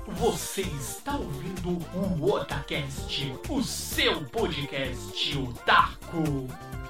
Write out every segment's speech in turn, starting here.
Você está ouvindo o Otacast, o seu podcast otaku.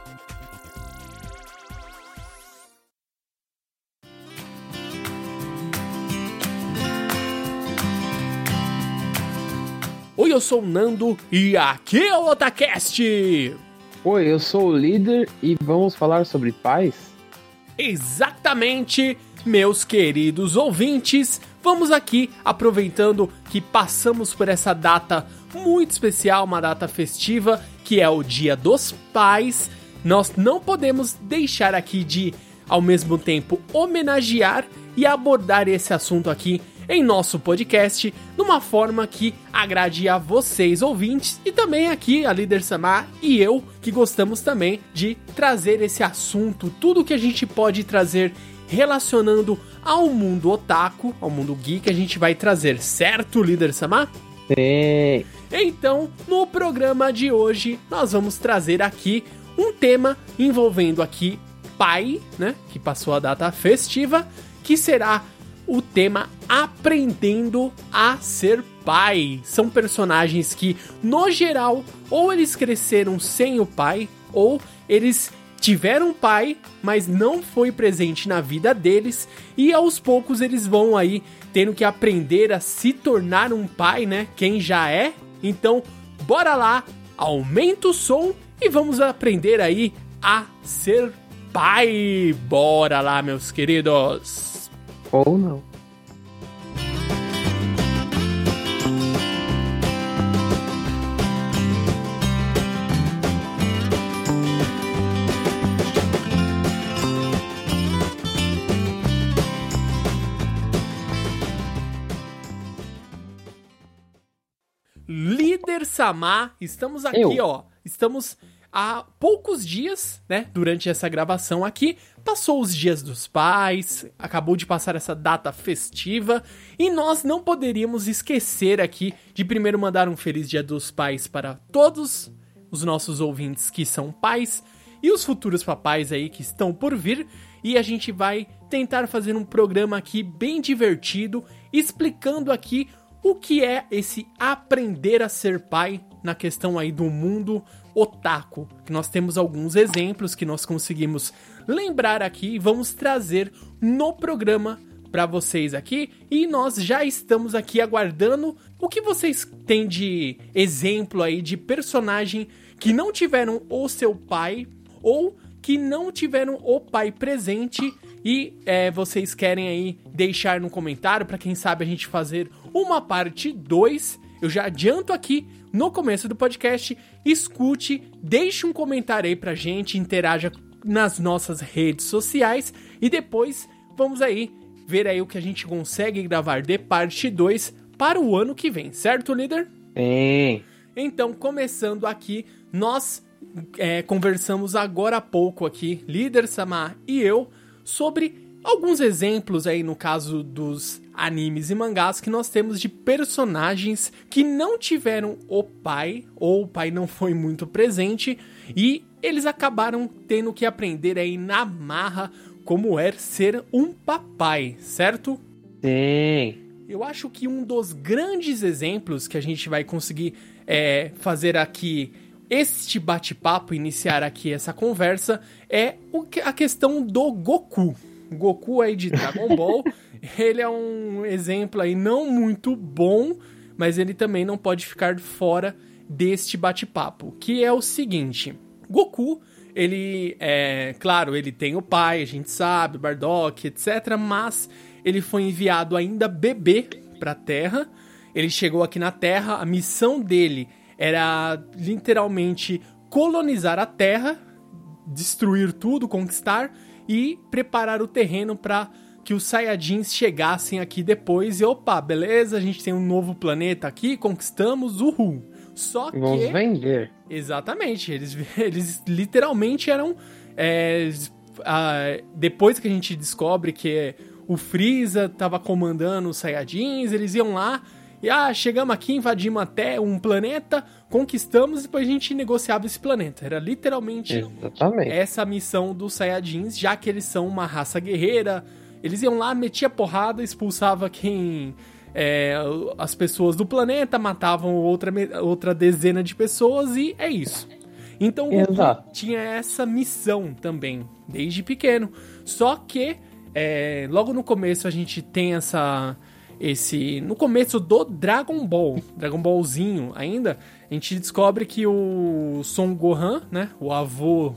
Oi, eu sou o Nando e aqui é o Otacast. Oi, eu sou o líder e vamos falar sobre pais? Exatamente, meus queridos ouvintes. Vamos aqui, aproveitando que passamos por essa data muito especial, uma data festiva, que é o Dia dos Pais. Nós não podemos deixar aqui de, ao mesmo tempo, homenagear e abordar esse assunto aqui em nosso podcast, de uma forma que agrade a vocês, ouvintes, e também aqui a Líder Samar e eu, que gostamos também de trazer esse assunto, tudo que a gente pode trazer relacionando ao mundo otaku, ao mundo geek, a gente vai trazer, certo, Líder Samar? Sim. Então, no programa de hoje, nós vamos trazer aqui um tema envolvendo aqui pai, né, que passou a data festiva, que será o tema Aprendendo a Ser Pai. São personagens que, no geral, ou eles cresceram sem o pai, ou eles tiveram pai, mas não foi presente na vida deles, e aos poucos eles vão aí tendo que aprender a se tornar um pai, né? Quem já é. Então, bora lá, aumenta o som e vamos aprender aí a ser pai. Bora lá, meus queridos. Ou não. Líder Samar, estamos aqui, estamos há poucos dias, né, durante essa gravação aqui, passou os dias dos pais, acabou de passar essa data festiva, e nós não poderíamos esquecer aqui de primeiro mandar um feliz dia dos pais para todos os nossos ouvintes que são pais, e os futuros papais aí que estão por vir, e a gente vai tentar fazer um programa aqui bem divertido, explicando aqui o que é esse aprender a ser pai na questão aí do mundo otaku. Nós temos alguns exemplos que nós conseguimos lembrar aqui e vamos trazer no programa para vocês aqui. E nós já estamos aqui aguardando o que vocês têm de exemplo aí de personagem que não tiveram o seu pai ou que não tiveram o pai presente e vocês querem aí deixar no comentário para quem sabe a gente fazer uma parte 2. Eu já adianto aqui no começo do podcast, escute, deixe um comentário aí pra gente, interaja nas nossas redes sociais e depois vamos aí ver aí o que a gente consegue gravar de parte 2 para o ano que vem, certo, líder? Sim. Então, começando aqui, nós conversamos agora há pouco aqui, líder Samar e eu, sobre alguns exemplos aí no caso dos animes e mangás que nós temos de personagens que não tiveram o pai, ou o pai não foi muito presente, e eles acabaram tendo que aprender aí na marra como é ser um papai, certo? Sim. Eu acho que um dos grandes exemplos que a gente vai conseguir fazer aqui este bate-papo, iniciar aqui essa conversa, é a questão do Goku. O Goku aí de Dragon Ball, ele é um exemplo aí não muito bom, mas ele também não pode ficar fora deste bate-papo, que é o seguinte: Goku, ele claro, ele tem o pai, a gente sabe, Bardock, etc, mas ele foi enviado ainda bebê pra Terra. Ele chegou aqui na Terra, a missão dele era literalmente colonizar a Terra, destruir tudo, conquistar e preparar o terreno para que os Saiyajins chegassem aqui depois e opa, beleza, a gente tem um novo planeta aqui, conquistamos, uhul. Só que... Vamos vender. Exatamente, eles literalmente eram... depois que a gente descobre que o Freeza estava comandando os Saiyajins, eles iam lá e chegamos aqui, invadimos até um planeta, conquistamos e depois a gente negociava esse planeta. Era literalmente essa missão dos Saiyajins, já que eles são uma raça guerreira. Eles iam lá, metia porrada, expulsava quem as pessoas do planeta, matavam outra dezena de pessoas e é isso. Então o Goku tinha essa missão também, desde pequeno. Só que logo no começo a gente tem no começo do Dragon Ballzinho ainda, a gente descobre que o Son Gohan, né, o avô,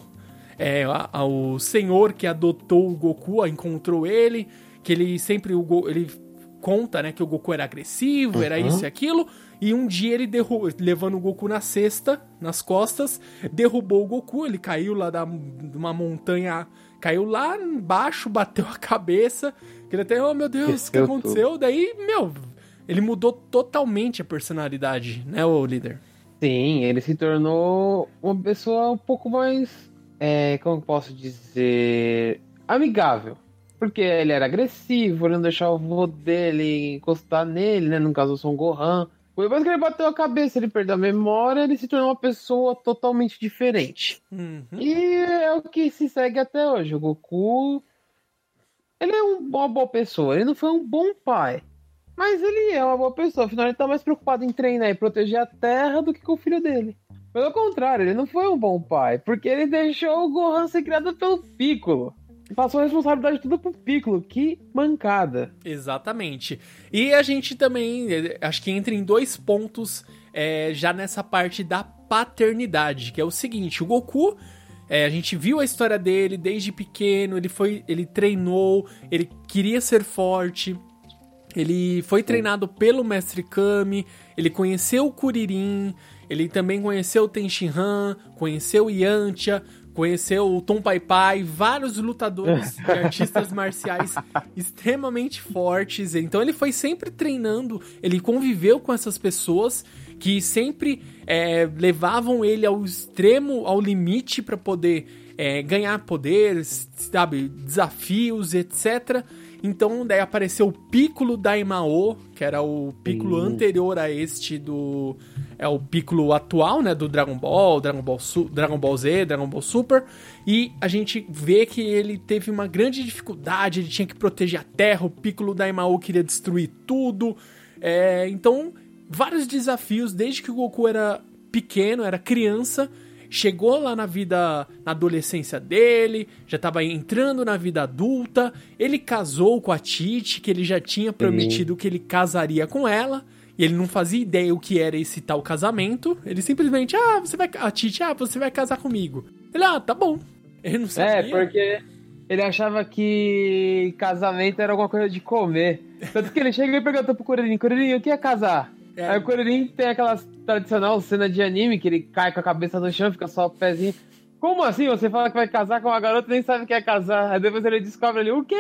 o senhor que adotou o Goku, encontrou ele, que ele sempre, ele conta, né, que o Goku era agressivo, era isso e aquilo, e um dia ele levando o Goku nas costas, derrubou o Goku, ele caiu lá de uma montanha, caiu lá embaixo, bateu a cabeça, que ele até, oh meu Deus, o que aconteceu? Daí, ele mudou totalmente a personalidade, né, o líder? Sim, ele se tornou uma pessoa um pouco mais, como eu posso dizer, amigável. Porque ele era agressivo, ele não deixava o avô dele encostar nele, né? No caso, o Son Gohan. Depois que ele bateu a cabeça, ele perdeu a memória, ele se tornou uma pessoa totalmente diferente. E é o que se segue até hoje. O Goku, ele é uma boa pessoa. Ele não foi um bom pai, mas ele é uma boa pessoa. Afinal, ele tá mais preocupado em treinar e proteger a Terra do que com o filho dele. Pelo contrário, ele não foi um bom pai, porque ele deixou o Gohan ser criado pelo Piccolo. Passou a responsabilidade toda pro Piccolo. Que mancada. Exatamente. E a gente também, acho que entra em 2 pontos já nessa parte da paternidade, que é o seguinte, o Goku, a gente viu a história dele desde pequeno, ele treinou, ele queria ser forte, ele foi treinado pelo Mestre Kami, ele conheceu o Kuririn, ele também conheceu o Tenshinhan, conheceu o Yantia, conheceu o Tom Pai Pai, vários lutadores e artistas marciais extremamente fortes. Então ele foi sempre treinando, ele conviveu com essas pessoas que sempre levavam ele ao extremo, ao limite para poder ganhar poderes, sabe, desafios, etc. Então daí apareceu o Piccolo Daimao, que era o Piccolo anterior a este o Piccolo atual, né, do Dragon Ball Z, Dragon Ball Super, e a gente vê que ele teve uma grande dificuldade, ele tinha que proteger a Terra, o Piccolo Daimao queria destruir tudo, então vários desafios desde que o Goku era pequeno, era criança, chegou lá na adolescência dele, já estava entrando na vida adulta, ele casou com a Tite, que ele já tinha prometido que ele casaria com ela, e ele não fazia ideia o que era esse tal casamento, ele simplesmente, a Tite, você vai casar comigo. Ele, tá bom. Ele não sabia. Porque ele achava que casamento era alguma coisa de comer. Tanto que ele chega e perguntou pro Kuririn, o que é casar? Aí o Kuririn tem aquela tradicional cena de anime que ele cai com a cabeça no chão, fica só o pezinho. Como assim? Você fala que vai casar com uma garota e nem sabe o que é casar. Aí depois ele descobre ali, o quê?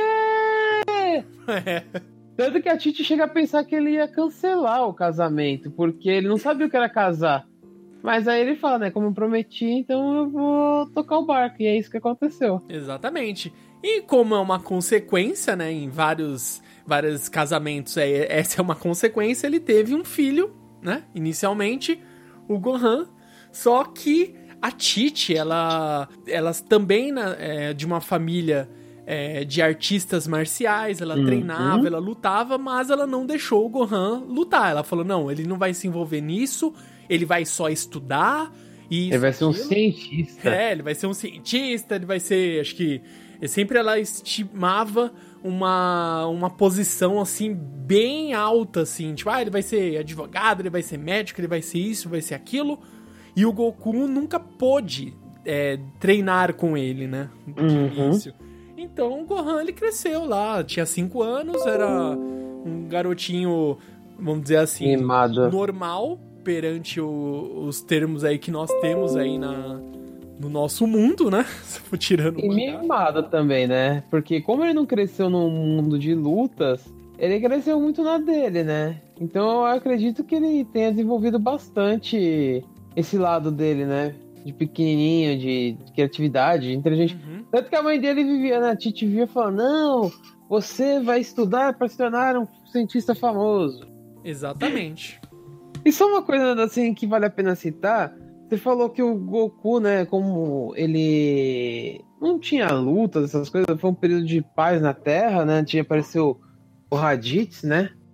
Tanto que a Titi chega a pensar que ele ia cancelar o casamento, porque ele não sabia o que era casar. Mas aí ele fala, né, como eu prometi, então eu vou tocar o barco. E é isso que aconteceu. Exatamente. E como é uma consequência, né, em vários casamentos, essa é uma consequência, ele teve um filho, né, inicialmente, o Gohan, só que a Titi, elas também, de uma família de artistas marciais, ela treinava, ela lutava, mas ela não deixou o Gohan lutar, ela falou, não, ele não vai se envolver nisso, ele vai só estudar, e ele vai ser um cientista. Ele vai ser um cientista, ele vai ser, acho que sempre ela estimava uma posição, assim, bem alta, assim. Tipo, ele vai ser advogado, ele vai ser médico, ele vai ser isso, vai ser aquilo. E o Goku nunca pôde treinar com ele, né? De início. Então, o Gohan, ele cresceu lá. Tinha 5 anos, era um garotinho, vamos dizer assim, normal perante os termos aí que nós temos aí no nosso mundo, né? Tirando e mimado também, né? Porque como ele não cresceu num mundo de lutas, ele cresceu muito na dele, né? Então eu acredito que ele tenha desenvolvido bastante esse lado dele, né? De pequenininho, de criatividade, de inteligente. Tanto que a mãe dele vivia, né? A Titi vivia falando, não, você vai estudar para se tornar um cientista famoso. Exatamente. E só uma coisa assim que vale a pena citar. Você falou que o Goku, né, como ele não tinha lutas, essas coisas, foi um período de paz na Terra, né, apareceu o Raditz, né,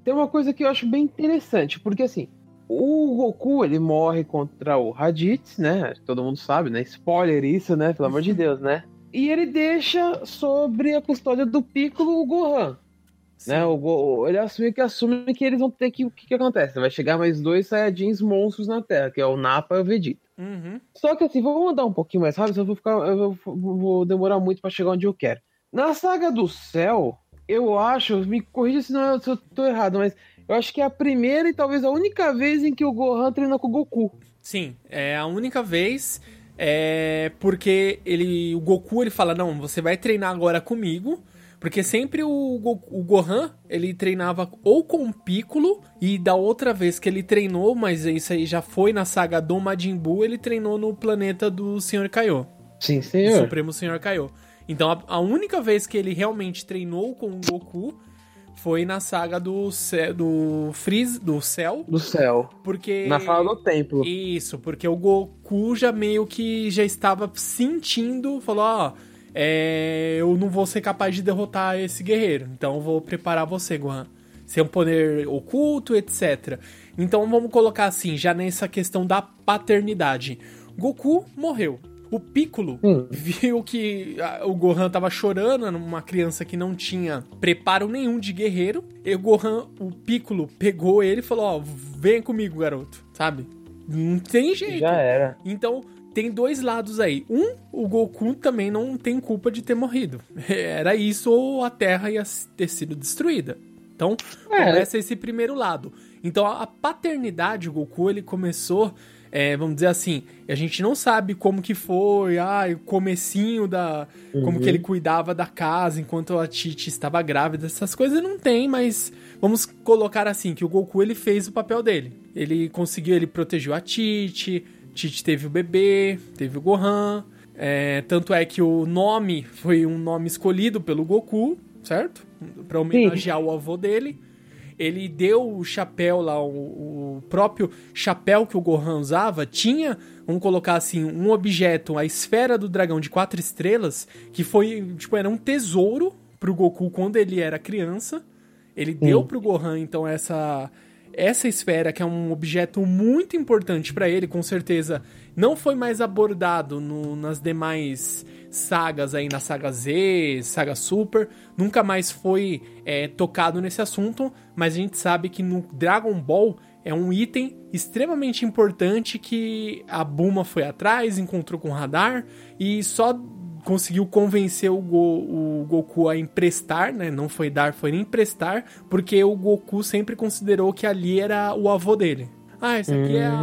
tem uma coisa que eu acho bem interessante, porque assim, o Goku, ele morre contra o Raditz, né? Todo mundo sabe, né? Spoiler isso, né? Pelo amor de Deus, né? E ele deixa sobre a custódia do Piccolo o Gohan. Né? Ele assume que eles vão ter que... O que acontece? Vai chegar mais 2 Saiyajins monstros na Terra, que é o Nappa e o Vegeta. Só que assim, vamos andar um pouquinho mais rápido, senão eu vou demorar muito pra chegar onde eu quero. Na saga do Cell, eu acho... Me corrija se eu tô errado, mas... Eu acho que é a primeira e talvez a única vez em que o Gohan treina com o Goku. Sim, é a única vez, porque o Goku ele fala, não, você vai treinar agora comigo, porque sempre o Gohan, ele treinava ou com o Piccolo, e da outra vez que ele treinou, mas isso aí já foi na saga do Majin Buu, ele treinou no planeta do Sr. Kaiô. Sim, senhor. Do Supremo Sr. Kaiô. Então a única vez que ele realmente treinou com o Goku foi na saga do Cell. Do Cell. Porque... Na fala do templo. Isso, porque o Goku já meio que já estava sentindo, falou, ó, eu não vou ser capaz de derrotar esse guerreiro, então eu vou preparar você, Gohan. Ser um poder oculto, etc. Então vamos colocar assim, já nessa questão da paternidade. Goku morreu. O Piccolo viu que o Gohan tava chorando, era uma criança que não tinha preparo nenhum de guerreiro. E o Piccolo pegou ele e falou, ó, vem comigo, garoto, sabe? Não tem jeito. Já era. Então, tem 2 lados aí. O Goku também não tem culpa de ter morrido. Era isso ou a Terra ia ter sido destruída. Então, começa esse primeiro lado. Então, a paternidade, o Goku, ele começou... vamos dizer assim, a gente não sabe como que foi, o comecinho como que ele cuidava da casa enquanto a Titi estava grávida, essas coisas não tem, mas vamos colocar assim, que o Goku ele fez o papel dele. Ele protegeu a Titi teve o bebê, teve o Gohan, tanto é que o nome foi um nome escolhido pelo Goku, certo? Pra homenagear o avô dele. Ele deu o chapéu lá, o próprio chapéu que o Gohan usava, tinha, vamos colocar assim, um objeto, a esfera do dragão de 4 estrelas, que foi, era um tesouro pro Goku quando ele era criança. Ele deu pro Gohan, então, essa esfera, que é um objeto muito importante pra ele, com certeza não foi mais abordado nas demais sagas aí, na saga Z, saga Super, nunca mais foi tocado nesse assunto, mas a gente sabe que no Dragon Ball é um item extremamente importante que a Bulma foi atrás, encontrou com o radar e só conseguiu convencer o Goku a emprestar, né? Não foi dar, foi emprestar, porque o Goku sempre considerou que ali era o avô dele. Esse aqui é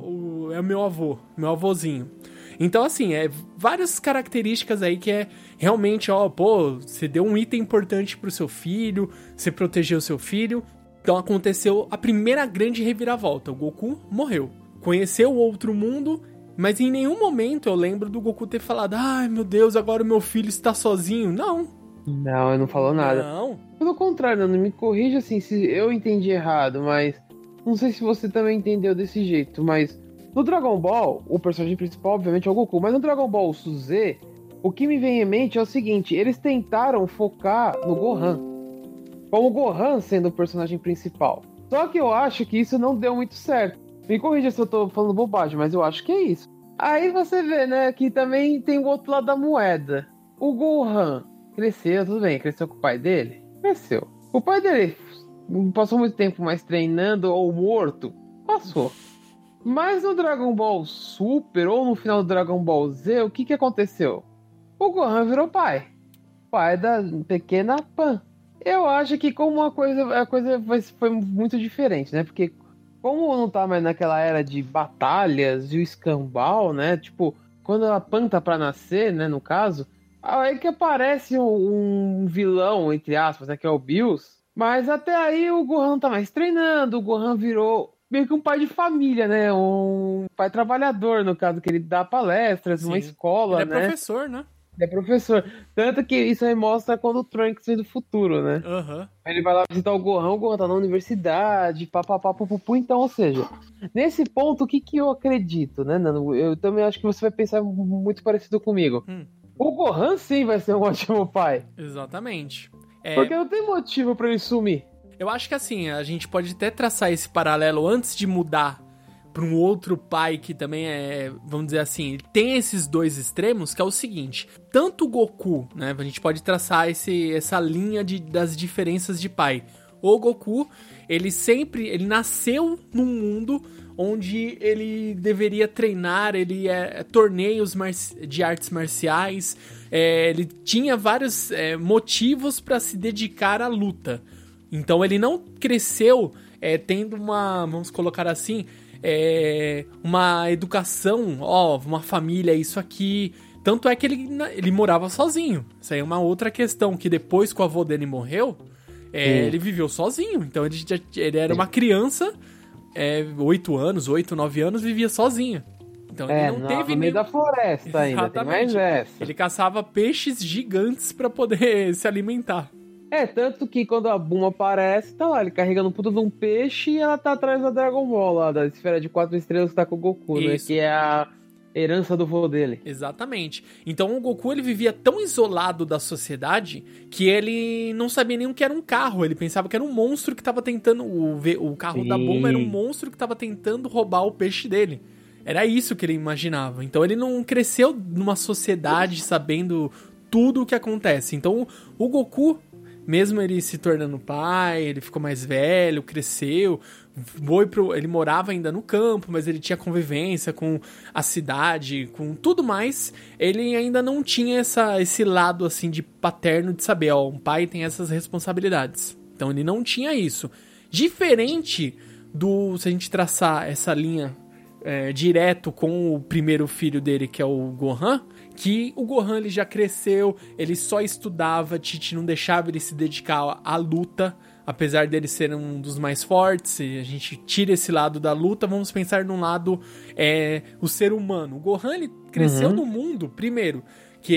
o meu avô, meu avôzinho. Então, assim, várias características aí que realmente, você deu um item importante pro seu filho, você protegeu o seu filho. Então aconteceu a primeira grande reviravolta. O Goku morreu. Conheceu o outro mundo, mas em nenhum momento eu lembro do Goku ter falado, ai meu Deus, agora o meu filho está sozinho. Não. Não, ele não falou nada. Não. Pelo contrário, não me corrija assim se eu entendi errado, mas não sei se você também entendeu desse jeito, mas no Dragon Ball, o personagem principal, obviamente, é o Goku. Mas no Dragon Ball Z, o que me vem em mente é o seguinte, eles tentaram focar no Gohan, como o Gohan sendo o personagem principal. Só que eu acho que isso não deu muito certo. Me corrija se eu tô falando bobagem, mas eu acho que é isso. Aí você vê, né, que também tem o outro lado da moeda. O Gohan cresceu, tudo bem, cresceu com o pai dele? Cresceu. O pai dele passou muito tempo mais treinando ou morto? Passou. Mas no Dragon Ball Super, ou no final do Dragon Ball Z, o que aconteceu? O Gohan virou pai. Pai da pequena Pan. Eu acho que como a coisa foi muito diferente, né? Porque como não tá mais naquela era de batalhas e o escambau, né? Tipo, quando a Pan tá pra nascer, né? No caso, aí que aparece um vilão, entre aspas, né? Que é o Bills. Mas até aí o Gohan tá mais treinando, o Gohan virou meio que um pai de família, né? Um pai trabalhador, no caso, que ele dá palestras, uma escola, ele é professor, né? Ele é professor. Tanto que isso aí mostra quando o Trunks vem do futuro, né? Ele vai lá visitar o Gohan tá na universidade, papapapupupu. Então, ou seja, nesse ponto, o que eu acredito, né, Nando? Eu também acho que você vai pensar muito parecido comigo. O Gohan, sim, vai ser um ótimo pai. Exatamente. Porque não tem motivo pra ele sumir. Eu acho que assim, a gente pode até traçar esse paralelo antes de mudar para um outro pai que também é, vamos dizer assim, tem esses dois extremos, que é o seguinte, tanto o Goku, né, a gente pode traçar essa linha das diferenças de pai. O Goku, ele nasceu num mundo onde ele deveria treinar, ele torneios de artes marciais, ele tinha vários motivos para se dedicar à luta. Então ele não cresceu tendo vamos colocar assim, uma educação, uma família, isso aqui. Tanto é que ele morava sozinho. Isso aí é uma outra questão, que depois que o avô dele morreu, ele viveu sozinho. Então ele era uma criança, 8, 9 anos, vivia sozinho. Então ele não teve no meio da floresta ainda. Exatamente. Tem mais essa. Ele caçava peixes gigantes pra poder se alimentar. Tanto que quando a Bulma aparece, tá lá, ele carregando um puta de um peixe e ela tá atrás da Dragon Ball lá, da esfera de 4 estrelas que tá com o Goku, né? Que é a herança do vô dele. Exatamente. Então o Goku, ele vivia tão isolado da sociedade que ele não sabia nem o que era um carro. Ele pensava que era um monstro que tava tentando... O carro da Bulma era um monstro que tava tentando roubar o peixe dele. Era isso que ele imaginava. Então ele não cresceu numa sociedade sabendo tudo o que acontece. Então o Goku, mesmo ele se tornando pai, ele ficou mais velho, cresceu, ele morava ainda no campo, mas ele tinha convivência com a cidade, com tudo mais, ele ainda não tinha esse lado assim de paterno de saber, um pai tem essas responsabilidades. Então ele não tinha isso. Diferente se a gente traçar essa linha direto com o primeiro filho dele, que é o Gohan, que o Gohan ele já cresceu, ele só estudava, Tite não deixava ele se dedicar à luta, apesar dele ser um dos mais fortes. Se a gente tira esse lado da luta, vamos pensar num lado, o ser humano. O Gohan ele cresceu no mundo, primeiro, que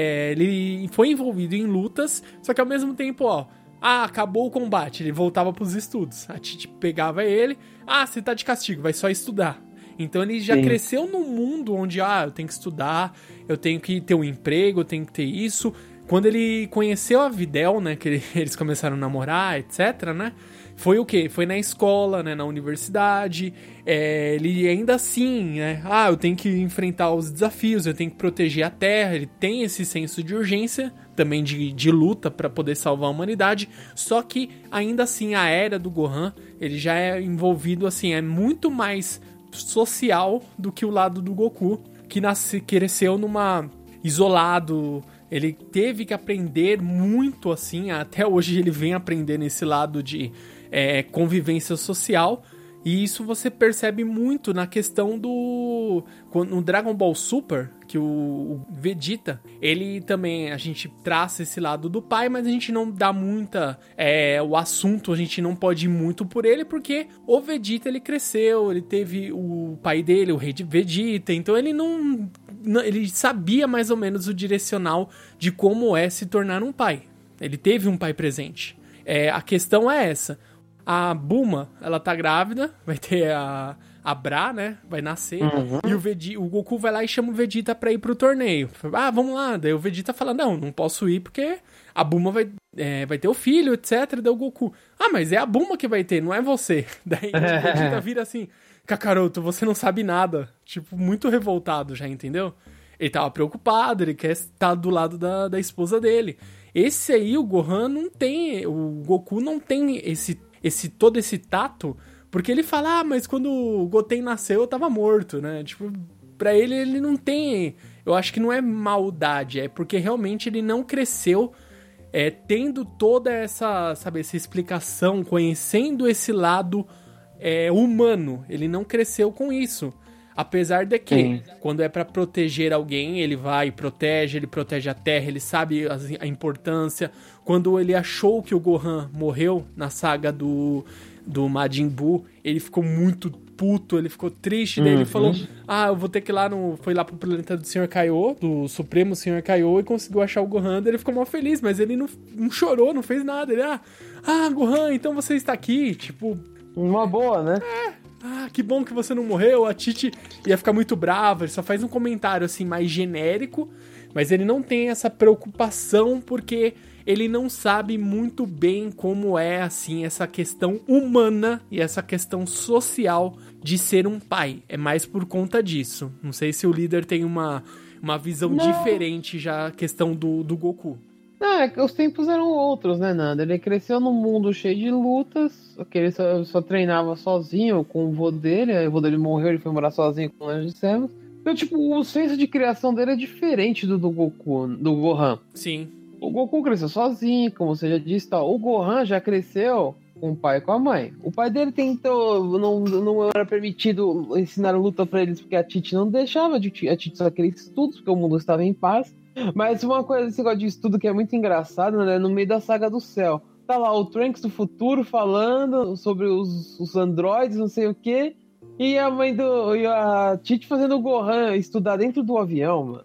ele foi envolvido em lutas, só que ao mesmo tempo, acabou o combate, ele voltava pros estudos. A Tite pegava ele, você tá de castigo, vai só estudar. Então ele já cresceu num mundo onde, eu tenho que estudar, eu tenho que ter um emprego, eu tenho que ter isso. Quando ele conheceu a Videl, né, que eles começaram a namorar, etc, né, foi o quê? Foi na escola, né, na universidade, ele ainda assim, né, eu tenho que enfrentar os desafios, eu tenho que proteger a Terra, ele tem esse senso de urgência, também de luta para poder salvar a humanidade, só que ainda assim a era do Gohan, ele já é envolvido, assim, é muito mais social do que o lado do Goku, que cresceu isolado. Ele teve que aprender muito, assim, até hoje ele vem aprendendo esse lado de convivência social, e isso você percebe muito na questão no Dragon Ball Super, que o Vegeta, ele também, a gente traça esse lado do pai, mas a gente não dá o assunto, a gente não pode ir muito por ele, porque o Vegeta, ele cresceu, ele teve o pai dele, o rei de Vegeta, então ele ele sabia mais ou menos o direcional de como se tornar um pai. Ele teve um pai presente. A questão é essa. A Bulma, ela tá grávida, vai ter a Bra, né? Vai nascer. E o Goku vai lá e chama o Vegeta pra ir pro torneio. Vamos lá. Daí o Vegeta fala, não posso ir porque a Bulma vai ter o filho, etc. Daí o Goku, mas é a Bulma que vai ter, não é você. Daí o Vegeta vira assim, Kakaroto, você não sabe nada. Tipo, muito revoltado já, entendeu? Ele tava preocupado, ele quer estar do lado da esposa dele. Esse aí, o Gohan não tem, o Goku não tem todo esse tato, porque ele fala, mas quando o Goten nasceu eu tava morto, né? Tipo, pra ele não tem, eu acho que não é maldade, é porque realmente ele não cresceu tendo toda essa explicação, conhecendo esse lado humano, ele não cresceu com isso. Apesar de que, quando é pra proteger alguém, ele vai e ele protege a Terra, ele sabe a importância. Quando ele achou que o Gohan morreu na saga do Majin Buu, ele ficou muito puto, ele ficou triste, daí ele falou, eu vou ter que ir lá foi lá pro planeta do Sr. Kaiô, do Supremo Sr. Kaiô, e conseguiu achar o Gohan, daí ele ficou mal feliz, mas ele não chorou, não fez nada, ele, Gohan, então você está aqui, tipo... Uma boa, né? Que bom que você não morreu, a Tite ia ficar muito brava, ele só faz um comentário assim mais genérico, mas ele não tem essa preocupação porque ele não sabe muito bem como é, assim, essa questão humana e essa questão social de ser um pai. É mais por conta disso. Não sei se o líder tem uma visão diferente já, a questão do Goku. Não, é que os tempos eram outros, né, Nanda? Ele cresceu num mundo cheio de lutas, que ele só treinava sozinho com o vô dele, aí o vô dele morreu, ele foi morar sozinho com o Anjo de Samus. Então, tipo, o senso de criação dele é diferente do Goku, do Gohan. Sim. O Goku cresceu sozinho, como você já disse, tal. O Gohan já cresceu com o pai e com a mãe. O pai dele tentou, não era permitido ensinar luta pra eles, porque a Titi não deixava, a Titi só queria estudos, porque o mundo estava em paz. Mas uma coisa, esse negócio de estudo que é muito engraçado, né? No meio da saga do céu. Tá lá o Trunks do futuro falando sobre os androides, não sei o quê. E a mãe e a Titi fazendo o Gohan estudar dentro do avião, mano.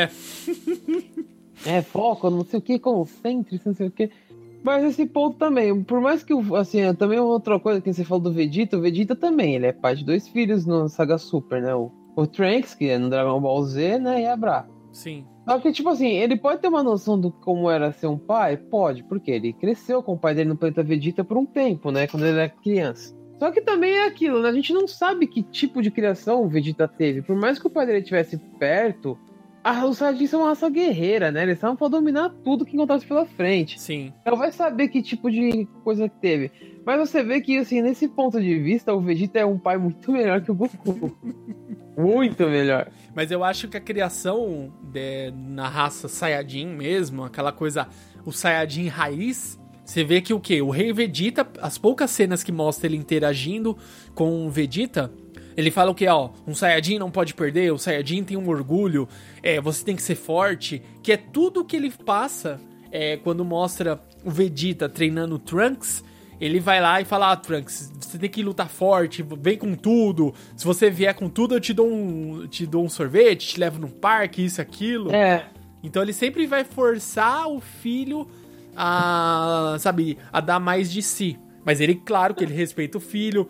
Foco, não sei o que, concentre-se, não sei o que. Mas esse ponto também, por mais que, assim, também outra coisa que você falou do Vegeta, o Vegeta também, ele é pai de 2 filhos no Saga Super, né? O Trunks, que é no Dragon Ball Z, né? E a Bra. Sim. Só que, tipo assim, ele pode ter uma noção do como era ser um pai? Pode, porque ele cresceu com o pai dele no planeta Vegeta por um tempo, né? Quando ele era criança. Só que também é aquilo, né? A gente não sabe que tipo de criação o Vegeta teve. Por mais que o pai dele estivesse perto, os Saiyajins são uma raça guerreira, né? Eles estavam pra dominar tudo que encontrasse pela frente. Sim. Então vai saber que tipo de coisa que teve. Mas você vê que, assim, nesse ponto de vista, o Vegeta é um pai muito melhor que o Goku. Muito melhor. Mas eu acho que a criação na raça Saiyajin mesmo, aquela coisa, o Saiyajin raiz, você vê que o quê? O Rei Vegeta, as poucas cenas que mostra ele interagindo com o Vegeta, ele fala o quê? Ó, um Saiyajin não pode perder, o Saiyajin tem um orgulho, você tem que ser forte, que é tudo que ele passa quando mostra o Vegeta treinando o Trunks. Ele vai lá e fala, Trunks, você tem que lutar forte, vem com tudo. Se você vier com tudo, eu te dou um sorvete, te levo num parque, isso, aquilo. Então ele sempre vai forçar o filho a dar mais de si. Mas ele, claro que ele respeita o filho.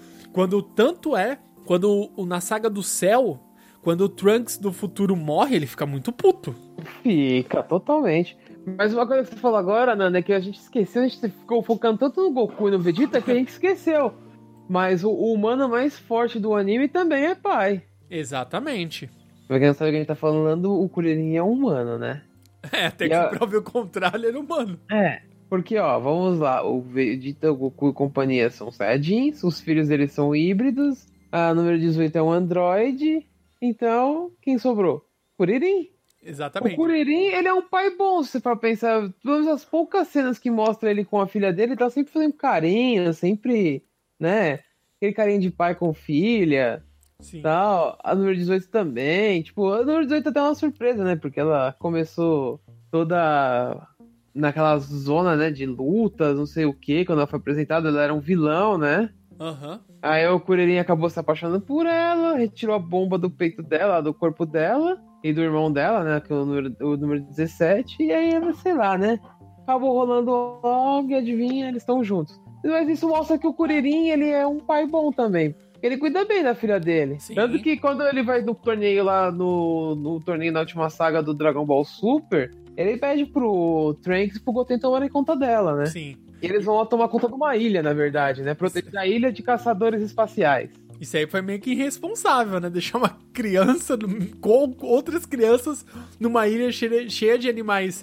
Quando na saga do céu, quando o Trunks do futuro morre, ele fica muito puto. Fica, totalmente. Mas uma coisa que você falou agora, Nanda, é que a gente esqueceu, a gente ficou focando tanto no Goku e no Vegeta que a gente esqueceu. Mas o humano mais forte do anime também é pai. Exatamente. Pra quem não sabe o que a gente tá falando, o Kuririn é humano, né? Até que prove o contrário, ele é humano. Porque, ó, vamos lá, o Vegeta, o Goku e companhia são Saiyajins, os filhos deles são híbridos, a número 18 é um androide, então, quem sobrou? Kuririn. Exatamente. O Kuririn, ele é um pai bom, se você for pensar. Pelo menos as poucas cenas que mostra ele com a filha dele, ele tá sempre fazendo carinho, sempre, né? Aquele carinho de pai com filha. Sim. Tal. A número 18 também. Tipo, a número 18 até é uma surpresa, né? Porque ela começou toda naquela zona, né? De lutas, não sei o que. Quando ela foi apresentada, ela era um vilão, né? Uhum. Aí o Kuririn acabou se apaixonando por ela, retirou a bomba do peito dela, do corpo dela. E do irmão dela, né? Que é o número 17. E aí ela, sei lá, né? Acabou rolando logo e adivinha, eles estão juntos. Mas isso mostra que o Kuririn, ele é um pai bom também. Ele cuida bem da filha dele. Sim. Tanto que quando ele vai no torneio lá, no torneio na última saga do Dragon Ball Super, ele pede pro Trunks e pro Goten tomarem conta dela, né? Sim. E eles vão lá tomar conta de uma ilha, na verdade, né? Proteger a ilha de caçadores espaciais. Isso aí foi meio que irresponsável, né? Deixar uma criança com outras crianças numa ilha cheia de animais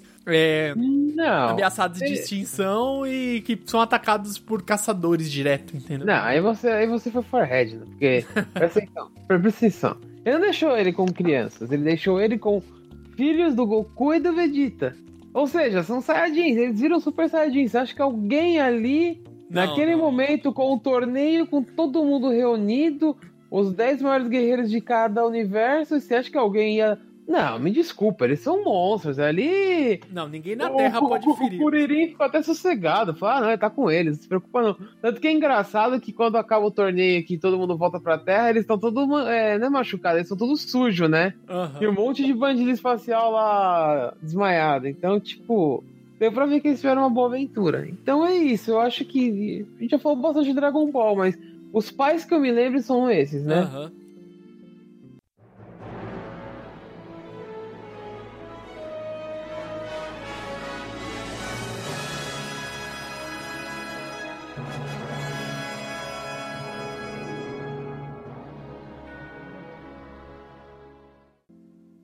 ameaçados de extinção e que são atacados por caçadores direto, entendeu? Não, aí você foi forehead, né? Porque, presta atenção. Ele não deixou ele com crianças, ele deixou ele com filhos do Goku e do Vegeta. Ou seja, são Saiyajins, eles viram Super Saiyajins. Você acha que alguém ali... Naquele momento, com o torneio, com todo mundo reunido, os 10 maiores guerreiros de cada universo, você acha que alguém ia... Não, me desculpa, eles são monstros, ali... Não, ninguém na Terra pode ferir. O Kuririn ficou até sossegado, fala, não, ele tá com eles, não se preocupa não. Tanto que é engraçado que quando acaba o torneio aqui, todo mundo volta pra Terra, eles estão todos, não é machucados, eles estão todos sujos, né? Uhum. E um monte de bandido espacial lá desmaiado, então, tipo... Deu pra ver que eles tiveram uma boa aventura. Então é isso, eu acho que... A gente já falou bastante de Dragon Ball, mas os pais que eu me lembro são esses, né? Aham.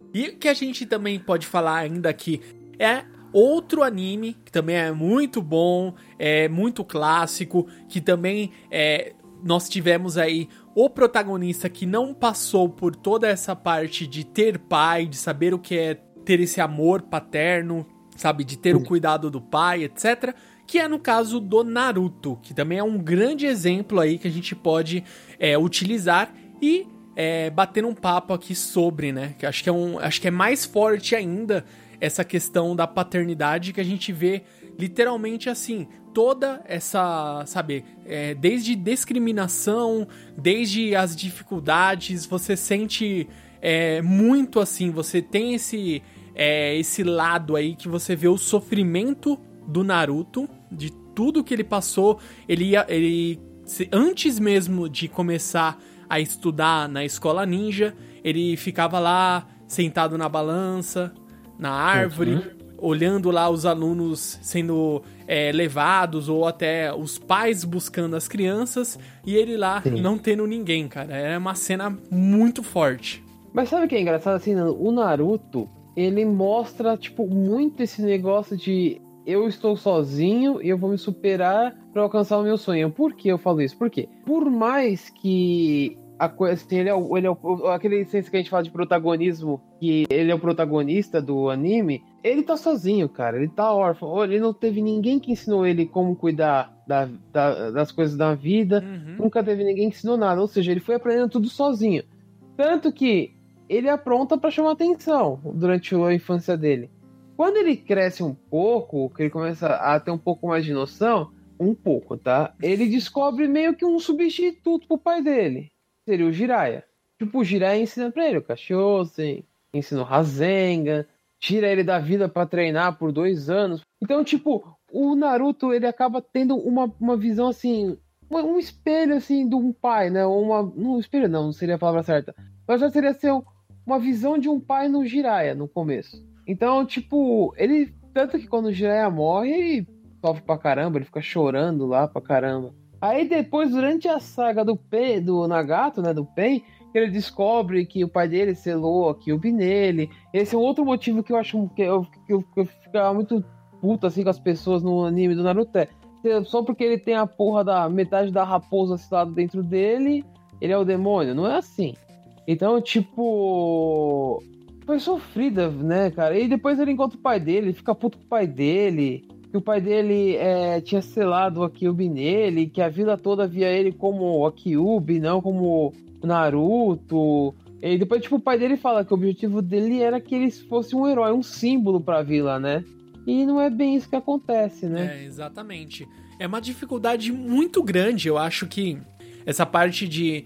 E o que a gente também pode falar ainda aqui é outro anime, que também é muito bom, é muito clássico, que também nós tivemos aí o protagonista que não passou por toda essa parte de ter pai, de saber o que é ter esse amor paterno, sabe, de ter o cuidado do pai, etc., que é no caso do Naruto, que também é um grande exemplo aí que a gente pode utilizar e bater um papo aqui sobre, né, que acho que é mais forte ainda essa questão da paternidade, que a gente vê literalmente assim, toda essa, sabe, desde discriminação, desde as dificuldades, você sente muito assim, você tem esse lado aí que você vê o sofrimento do Naruto, de tudo que ele passou, ele antes mesmo de começar a estudar na escola ninja, ele ficava lá sentado na balança, na árvore, olhando lá os alunos sendo levados, ou até os pais buscando as crianças, e ele lá não tendo ninguém, cara. É uma cena muito forte. Mas sabe o que é engraçado? Assim, o Naruto, ele mostra, tipo, muito esse negócio de eu estou sozinho e eu vou me superar para alcançar o meu sonho. Por que eu falo isso? Porque por mais que a coisa, assim, ele é aquele senso que a gente fala de protagonismo, que ele é o protagonista do anime, ele tá sozinho, cara. Ele tá órfão. Ele não teve ninguém que ensinou ele como cuidar das coisas da vida. Nunca teve ninguém que ensinou nada. Ou seja, ele foi aprendendo tudo sozinho. Tanto que ele apronta para chamar atenção durante a infância dele. Quando ele cresce um pouco, que ele começa a ter um pouco mais de noção, tá? Ele descobre meio que um substituto pro pai dele. Seria o Jiraiya. Tipo, o Jiraiya ensina pra ele o Kashiosen, ensina o Rasengan, tira ele da vida pra treinar por 2 anos. Então, tipo, o Naruto, ele acaba tendo uma visão, assim, um espelho, assim, de um pai, né? Não, espelho não seria a palavra certa. Mas já seria ser uma visão de um pai no Jiraiya, no começo. Então, tipo, ele... Tanto que quando o Jiraiya morre, ele sofre pra caramba, ele fica chorando lá pra caramba. Aí depois, durante a saga do Nagato, né, do Pain, ele descobre que o pai dele selou a Kyuubi nele. Esse é um outro motivo que eu acho que eu ficava muito puto assim com as pessoas no anime do Naruto. Só porque ele tem a porra da metade da raposa assilada dentro dele, ele é o demônio. Não é assim. Então, tipo... Foi sofrida, né, cara? E depois ele encontra o pai dele, ele fica puto com o pai dele... que o pai dele tinha selado a Kyuubi nele, que a vida toda via ele como a Kyuubi, não como Naruto. E depois, tipo, o pai dele fala que o objetivo dele era que ele fosse um herói, um símbolo pra vila, né? E não é bem isso que acontece, né? Exatamente. É uma dificuldade muito grande, eu acho que essa parte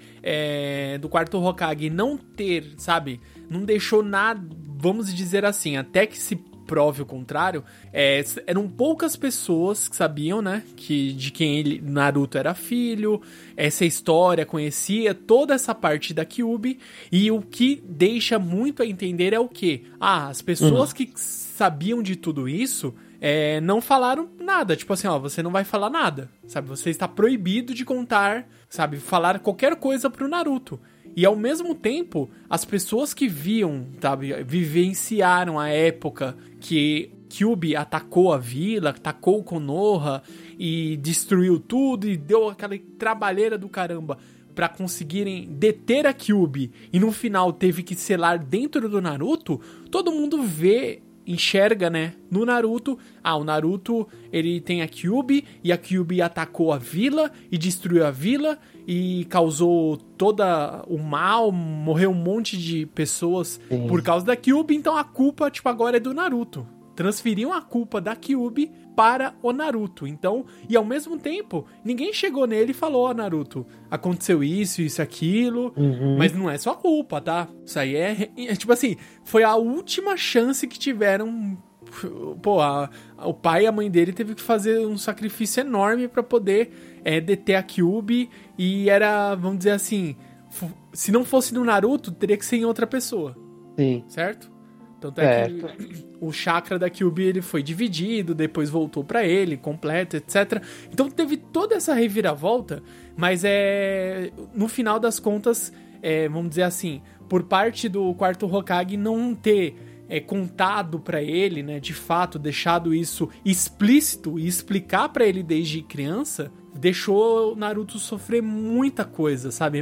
do quarto Hokage não ter, sabe? Não deixou nada, vamos dizer assim, até que se prove o contrário, eram poucas pessoas que sabiam, né, de quem Naruto era filho, essa história, conhecia toda essa parte da Kyuubi, e o que deixa muito a entender é o quê? As pessoas que sabiam de tudo isso, não falaram nada, tipo assim, você não vai falar nada, sabe, você está proibido de contar, sabe, falar qualquer coisa pro Naruto. E ao mesmo tempo, as pessoas que viam, sabe, vivenciaram a época que Kyuubi atacou a vila, atacou Konoha e destruiu tudo e deu aquela trabalheira do caramba pra conseguirem deter a Kyuubi e no final teve que selar dentro do Naruto, todo mundo enxerga, né, no Naruto, o Naruto, ele tem a Kyuubi, e a Kyuubi atacou a vila, e destruiu a vila, e causou todo o mal, morreu um monte de pessoas por causa da Kyuubi, então a culpa, tipo, agora é do Naruto. Transferiam a culpa da Kyuubi para o Naruto. Então, e ao mesmo tempo, ninguém chegou nele e falou, Naruto, aconteceu isso, aquilo, mas não é sua culpa, tá? Isso aí tipo assim, foi a última chance que tiveram. Pô, o pai e a mãe dele teve que fazer um sacrifício enorme pra poder deter a Kyuubi, e era, vamos dizer assim, se não fosse no Naruto, teria que ser em outra pessoa. Sim. Certo? Tanto é que o chakra da Kyuubi, ele foi dividido, depois voltou pra ele, completo, etc. Então teve toda essa reviravolta, mas no final das contas, vamos dizer assim, por parte do quarto Hokage não ter contado pra ele, né, de fato, deixado isso explícito e explicar pra ele desde criança, deixou o Naruto sofrer muita coisa, sabe?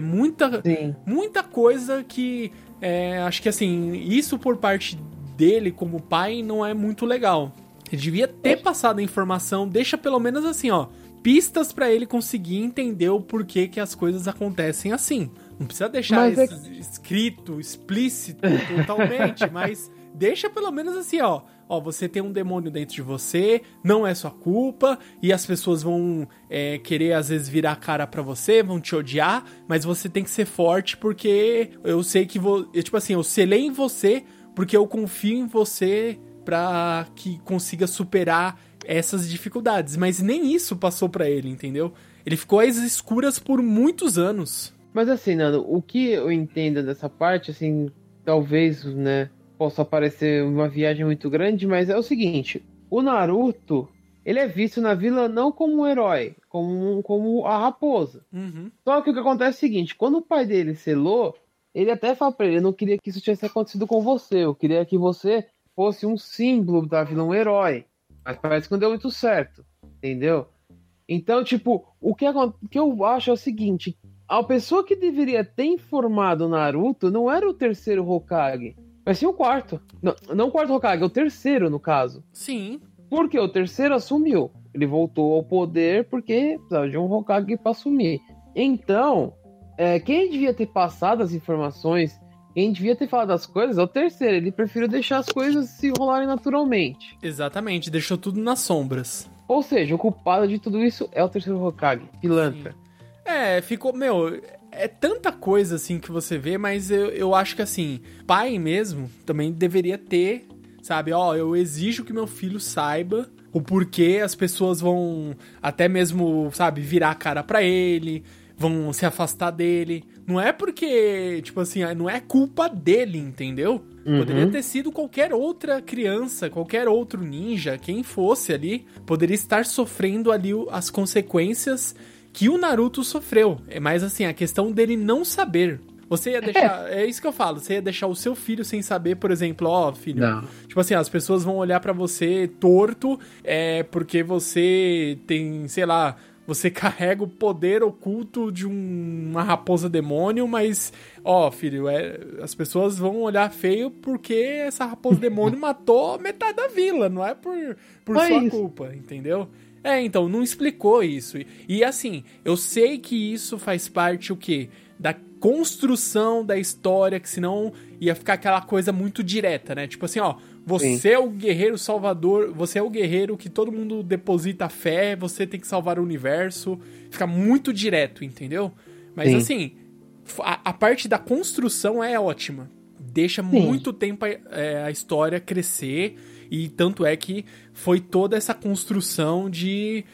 Muita coisa que acho que assim, isso por parte dele como pai não é muito legal. Ele devia ter passado a informação, deixa pelo menos assim, ó, pistas pra ele conseguir entender o porquê que as coisas acontecem assim. Não precisa deixar escrito, explícito totalmente, mas deixa pelo menos assim, ó, você tem um demônio dentro de você, não é sua culpa, e as pessoas vão querer às vezes virar a cara pra você, vão te odiar, mas você tem que ser forte porque eu sei que tipo assim, eu selei em você porque eu confio em você pra que consiga superar essas dificuldades. Mas nem isso passou pra ele, entendeu? Ele ficou às escuras por muitos anos. Mas assim, Nando, o que eu entendo dessa parte, assim, talvez, né, possa parecer uma viagem muito grande, mas é o seguinte, o Naruto, ele é visto na vila não como um herói, como a raposa. Uhum. Só que o que acontece é o seguinte, quando o pai dele selou, ele até fala pra ele, eu não queria que isso tivesse acontecido com você, eu queria que você fosse um símbolo da vila, um herói. Mas parece que não deu muito certo, entendeu? Então, tipo, o que eu acho é o seguinte, a pessoa que deveria ter informado o Naruto não era o terceiro Hokage, mas sim o quarto. Não o quarto Hokage, é o terceiro, no caso. Sim. Porque o terceiro assumiu. Ele voltou ao poder porque precisava de um Hokage pra assumir. Então, quem devia ter passado as informações, quem devia ter falado as coisas é o terceiro. Ele preferiu deixar as coisas se rolarem naturalmente. Exatamente, deixou tudo nas sombras. Ou seja, o culpado de tudo isso é o terceiro Hokage, pilantra. Ficou, é tanta coisa assim que você vê, mas eu acho que assim, pai mesmo também deveria ter, sabe, eu exijo que meu filho saiba o porquê as pessoas vão até mesmo, sabe, virar a cara pra ele, vão se afastar dele. Não é porque, tipo assim, não é culpa dele, entendeu? Uhum. Poderia ter sido qualquer outra criança, qualquer outro ninja, quem fosse ali, poderia estar sofrendo ali as consequências que o Naruto sofreu. É mais assim, a questão dele não saber. Você ia deixar... É isso que eu falo. Você ia deixar o seu filho sem saber, por exemplo, filho... Não. Tipo assim, as pessoas vão olhar pra você torto, porque você tem, sei lá... Você carrega o poder oculto de uma raposa demônio, mas, filho, as pessoas vão olhar feio porque essa raposa demônio matou metade da vila, não é por sua culpa, entendeu? Então, não explicou isso. E assim, eu sei que isso faz parte, o quê? Da construção da história, que senão ia ficar aquela coisa muito direta, né? Tipo assim, você Sim. é o guerreiro salvador, você é o guerreiro que todo mundo deposita fé, você tem que salvar o universo. Fica muito direto, entendeu? Mas Sim. assim, a parte da construção é ótima. Deixa Sim. muito tempo a história crescer. E tanto é que foi toda essa construção de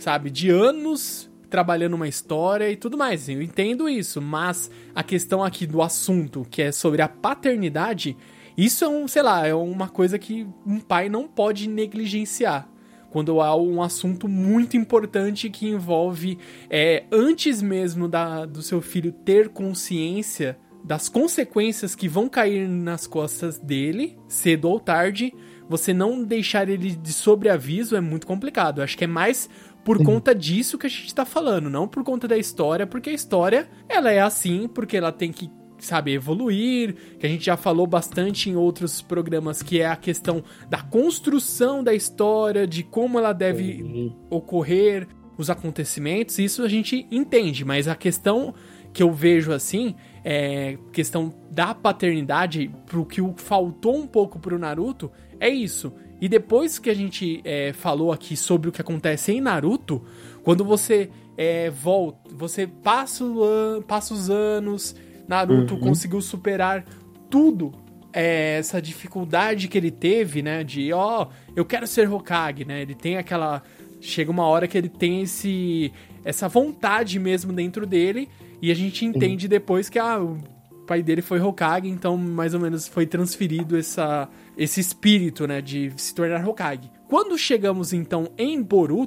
anos trabalhando uma história e tudo mais. Eu entendo isso, mas a questão aqui do assunto, que é sobre a paternidade, isso é uma coisa que um pai não pode negligenciar. Quando há um assunto muito importante que envolve, antes mesmo do seu filho ter consciência das consequências que vão cair nas costas dele, cedo ou tarde, você não deixar ele de sobreaviso é muito complicado. Eu acho que é mais por conta disso que a gente tá falando, não por conta da história, porque a história, ela é assim, porque ela tem que, evoluir, que a gente já falou bastante em outros programas, que é a questão da construção da história, de como ela deve ocorrer, os acontecimentos, isso a gente entende, mas a questão que eu vejo assim, questão da paternidade, pro que faltou um pouco pro Naruto, é isso. E depois que a gente falou aqui sobre o que acontece em Naruto, quando você volta, você passa os anos, Naruto conseguiu superar tudo, essa dificuldade que ele teve, né, de, eu quero ser Hokage, né, ele tem chega uma hora que ele tem essa vontade mesmo dentro dele, e a gente entende depois que o pai dele foi Hokage, então mais ou menos foi transferido esse espírito, né, de se tornar Hokage. Quando chegamos então em Boruto,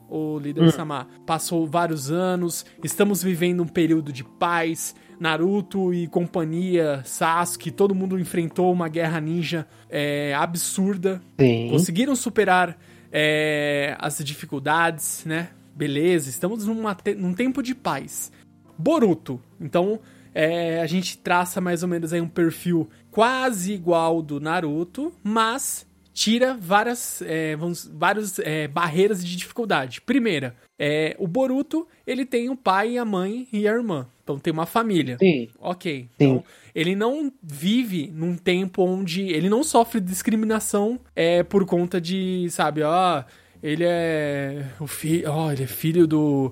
o líder Sama. Passou vários anos, estamos vivendo um período de paz. Naruto e companhia, Sasuke, todo mundo enfrentou uma guerra ninja absurda. Sim. Conseguiram superar as dificuldades, né? Beleza, estamos num tempo de paz. Boruto. Então, a gente traça mais ou menos aí um perfil quase igual do Naruto, mas tira várias barreiras de dificuldade. Primeira, o Boruto, ele tem o pai, a mãe e a irmã. Então tem uma família. Sim. Ok. Sim. Então ele não vive num tempo onde... Ele não sofre discriminação por conta de, sabe, ele é ele é filho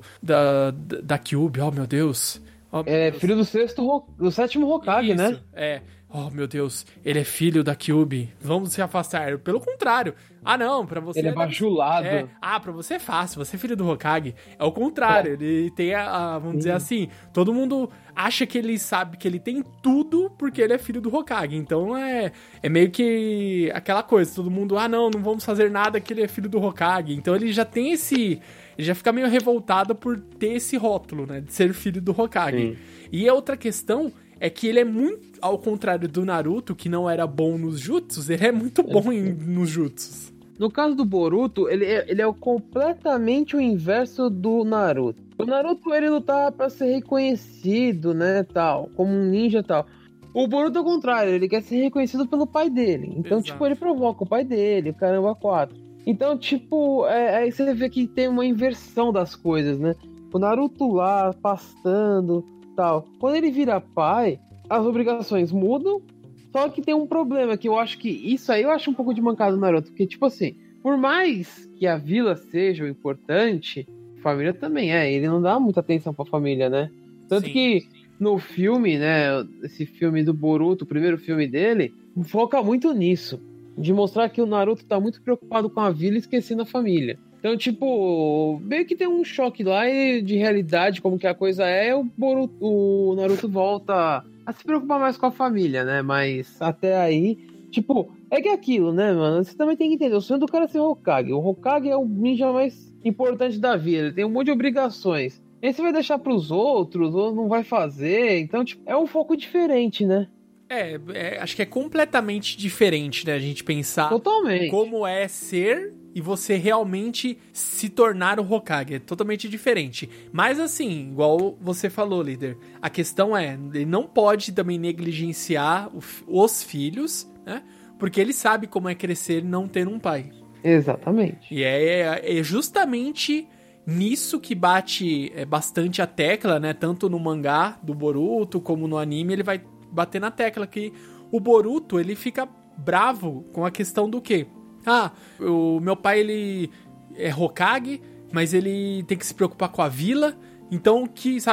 da Kyuubi, meu Deus. É filho do sétimo Hokage, Isso, né? Oh, meu Deus, ele é filho da Kyuubi. Vamos se afastar. Pelo contrário. Ah, não, pra você... Ele é bajulado. Pra você é fácil, você é filho do Hokage. É o contrário, ele tem vamos dizer assim, todo mundo acha que ele sabe que ele tem tudo porque ele é filho do Hokage. Então é meio que aquela coisa, todo mundo, não vamos fazer nada que ele é filho do Hokage. Então ele já tem ele já fica meio revoltado por ter esse rótulo, né, de ser filho do Hokage. Sim. E a outra questão é que ele é muito, ao contrário do Naruto, que não era bom nos jutsus, ele é muito bom nos jutsus. No caso do Boruto, ele é completamente o inverso do Naruto. O Naruto, ele lutava pra ser reconhecido, né, tal, como um ninja e tal. O Boruto, ao contrário, ele quer ser reconhecido pelo pai dele. Então, Exato. ele provoca o pai dele, o caramba 4. Então, aí você vê que tem uma inversão das coisas, né? O Naruto lá, pastando, tal. Quando ele vira pai, as obrigações mudam. Só que tem um problema, que eu acho que isso aí eu acho um pouco de mancada do Naruto. Porque, por mais que a vila seja o importante, a família também ele não dá muita atenção pra família, né? Tanto que no filme, né, esse filme do Boruto, o primeiro filme dele, foca muito nisso. De mostrar que o Naruto tá muito preocupado com a vila e esquecendo a família. Então, meio que tem um choque lá de realidade, como que a coisa é, o Naruto volta a se preocupar mais com a família, né? Mas até aí, é que é aquilo, né, mano? Você também tem que entender, o sonho do cara é ser Hokage. O Hokage é o ninja mais importante da vida, ele tem um monte de obrigações. E aí você vai deixar pros outros, ou não vai fazer, então, é um foco diferente, né? Acho que é completamente diferente, né? A gente pensar Totalmente. Como é ser e você realmente se tornar o Hokage. É totalmente diferente. Mas assim, igual você falou, líder, a questão ele não pode também negligenciar os filhos, né? Porque ele sabe como é crescer e não ter um pai. Exatamente. E é justamente nisso que bate bastante a tecla, né? Tanto no mangá do Boruto como no anime, ele vai bater na tecla que o Boruto, ele fica bravo com a questão do quê? O meu pai, ele é Hokage, mas ele tem que se preocupar com a vila, então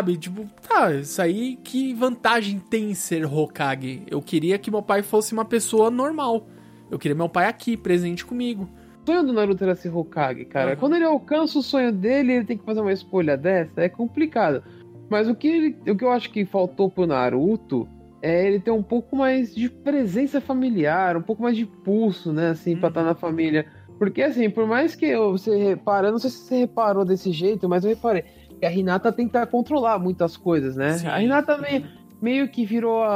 isso aí, que vantagem tem em ser Hokage? Eu queria que meu pai fosse uma pessoa normal, eu queria meu pai aqui, presente comigo. O sonho do Naruto era ser Hokage, cara. Uhum. Quando ele alcança o sonho dele, ele tem que fazer uma escolha dessa, é complicado. Mas o que eu acho que faltou pro Naruto ele ter um pouco mais de presença familiar, um pouco mais de pulso, né, assim, pra estar na família. Porque, assim, por mais que você repara, eu não sei se você reparou desse jeito, mas eu reparei que a Hinata tenta controlar muitas coisas, né? Sim. A Hinata meio que virou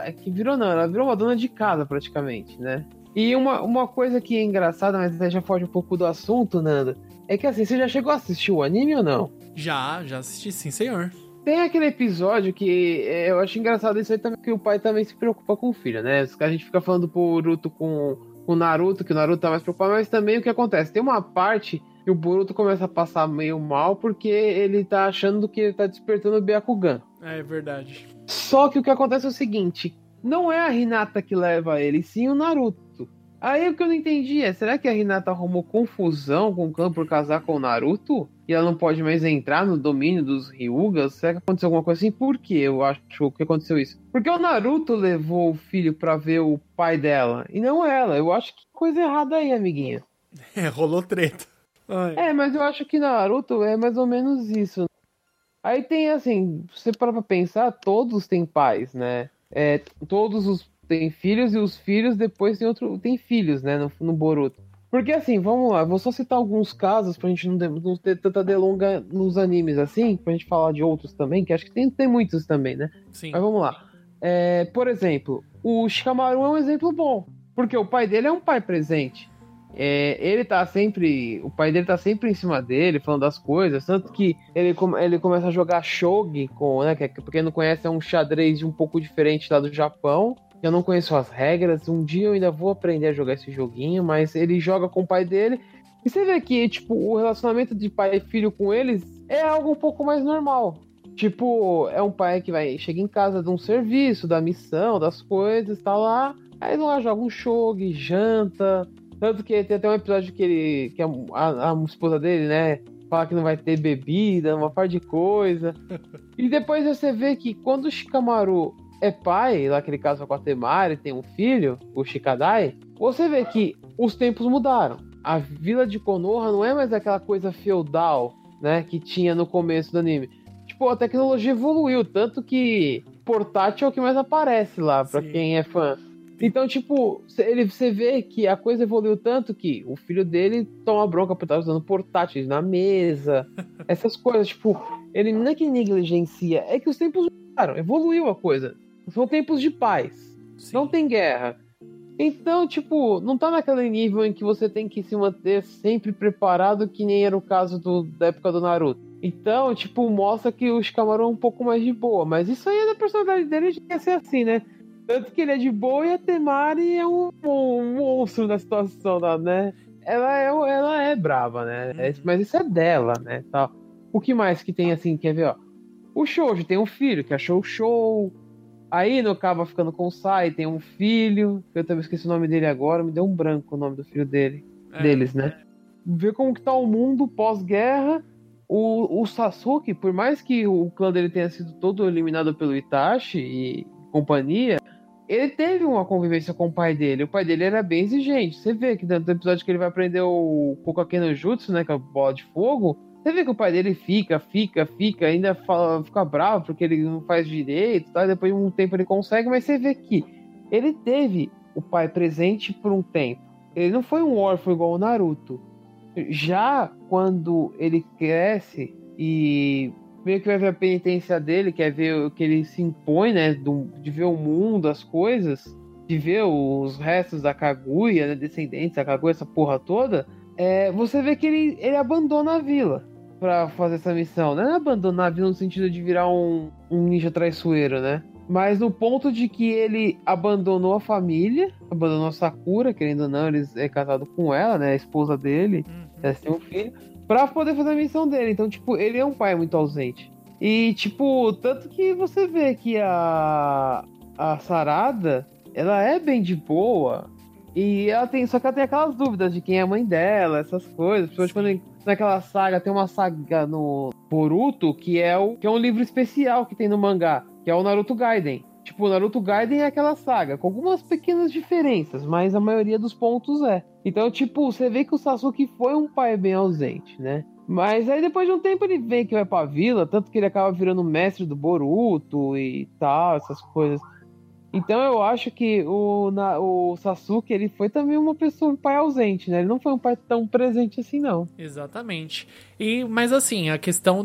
ela virou uma dona de casa, praticamente, né? E uma coisa que é engraçada, mas já foge um pouco do assunto, Nando, é que, assim, você já chegou a assistir o anime ou não? Já assisti, sim, senhor. Tem aquele episódio que eu acho engraçado isso aí também, que o pai também se preocupa com o filho, né? A gente fica falando do Boruto com o Naruto, que o Naruto tá mais preocupado, mas também o que acontece? Tem uma parte que o Boruto começa a passar meio mal porque ele tá achando que ele tá despertando o Byakugan. É verdade. Só que o que acontece é o seguinte, não é a Hinata que leva ele, sim o Naruto. Aí o que eu não entendi será que a Hinata arrumou confusão com o Khan por casar com o Naruto? E ela não pode mais entrar no domínio dos Hyugas? Será que aconteceu alguma coisa assim? Por que eu acho que aconteceu isso? Porque o Naruto levou o filho pra ver o pai dela, e não ela. Eu acho que coisa errada aí, amiguinha. Rolou treta. Ai. Mas eu acho que Naruto é mais ou menos isso. Aí tem assim, se você parar pra pensar, todos têm pais, né? Todos têm filhos, e os filhos depois tem filhos, né? No Boruto. Porque assim, vamos lá, vou só citar alguns casos pra gente não ter tanta delonga nos animes assim, pra gente falar de outros também, que acho que tem muitos também, né? Sim. Mas vamos lá. Por exemplo, o Shikamaru é um exemplo bom, porque o pai dele é um pai presente. O pai dele tá sempre em cima dele, falando das coisas, tanto que ele começa a jogar shogi, né, que pra quem não conhece é um xadrez um pouco diferente lá do Japão. Eu não conheço as regras, um dia eu ainda vou aprender a jogar esse joguinho, mas ele joga com o pai dele, e você vê que, tipo, o relacionamento de pai e filho com eles é algo um pouco mais normal. Tipo, é um pai que chega em casa de um serviço, da missão, das coisas, tá lá, aí lá joga um shogi, janta. Tanto que tem até um episódio que a esposa dele, né, fala que não vai ter bebida, uma par de coisa. E depois você vê que quando o Shikamaru é pai, lá que ele casa com a Temari, tem um filho, o Shikadai, você vê que os tempos mudaram. A vila de Konoha não é mais aquela coisa feudal, né, que tinha no começo do anime. Tipo, a tecnologia evoluiu, tanto que portátil é o que mais aparece lá, pra quem é fã. Então, tipo, você vê que a coisa evoluiu tanto que o filho dele toma bronca por estar usando portáteis na mesa, essas coisas, tipo, ele não é que negligencia, é que os tempos mudaram, evoluiu a coisa. São tempos de paz, não tem guerra. Então, tipo, não tá naquele nível em que você tem que se manter sempre preparado, que nem era o caso da época do Naruto. Então, tipo, mostra que o Shikamaru é um pouco mais de boa, mas isso aí é da personalidade dele, de quer ser assim, né? Tanto que ele é de boa e a Temari é um monstro da situação, né? Ela é brava, né? Mas isso é dela, né? Tal. O que mais que tem assim, quer ver, ó? O Shoujo tem um filho que achou o show. Aí no acaba ficando com o Sai, tem um filho, que eu também esqueci o nome dele agora, me deu um branco o nome do filho deles, né? Ver como que tá o mundo pós-guerra. O Sasuke, por mais que o clã dele tenha sido todo eliminado pelo Itachi e companhia, ele teve uma convivência com o pai dele. O pai dele era bem exigente. Você vê que dentro do episódio que ele vai aprender o Kokake no Jutsu, né, que é a bola de fogo, você vê que o pai dele fica, ainda fica bravo porque ele não faz direito, tá? Depois de um tempo ele consegue, mas você vê que ele teve o pai presente por um tempo. Ele não foi um órfão igual o Naruto. Já quando ele cresce e meio que vai ver a penitência dele, que é ver o que ele se impõe, né? De ver o mundo, as coisas, de ver os restos da Kaguya, né, descendentes da Kaguya, essa porra toda. Você vê que ele abandona a vila pra fazer essa missão. Não é abandonar a vila no sentido de virar um ninja traiçoeiro, né? Mas no ponto de que ele abandonou a família, abandonou a Sakura, querendo ou não, ele é casado com ela, né? A esposa dele, eles têm um filho, pra poder fazer a missão dele. Então, tipo, ele é um pai muito ausente. E, tipo, tanto que você vê que a Sarada, ela é bem de boa. E só que ela tem aquelas dúvidas de quem é a mãe dela, essas coisas. Principalmente quando naquela saga, tem uma saga no Boruto, que é um livro especial que tem no mangá, que é o Naruto Gaiden. Tipo, o Naruto Gaiden é aquela saga, com algumas pequenas diferenças, mas a maioria dos pontos é. Então, tipo, você vê que o Sasuke foi um pai bem ausente, né? Mas aí depois de um tempo ele vem que vai pra vila, tanto que ele acaba virando mestre do Boruto e tal, essas coisas. Então eu acho que o Sasuke, ele foi também um pai ausente, né? Ele não foi um pai tão presente assim, não. Exatamente. Mas assim, a questão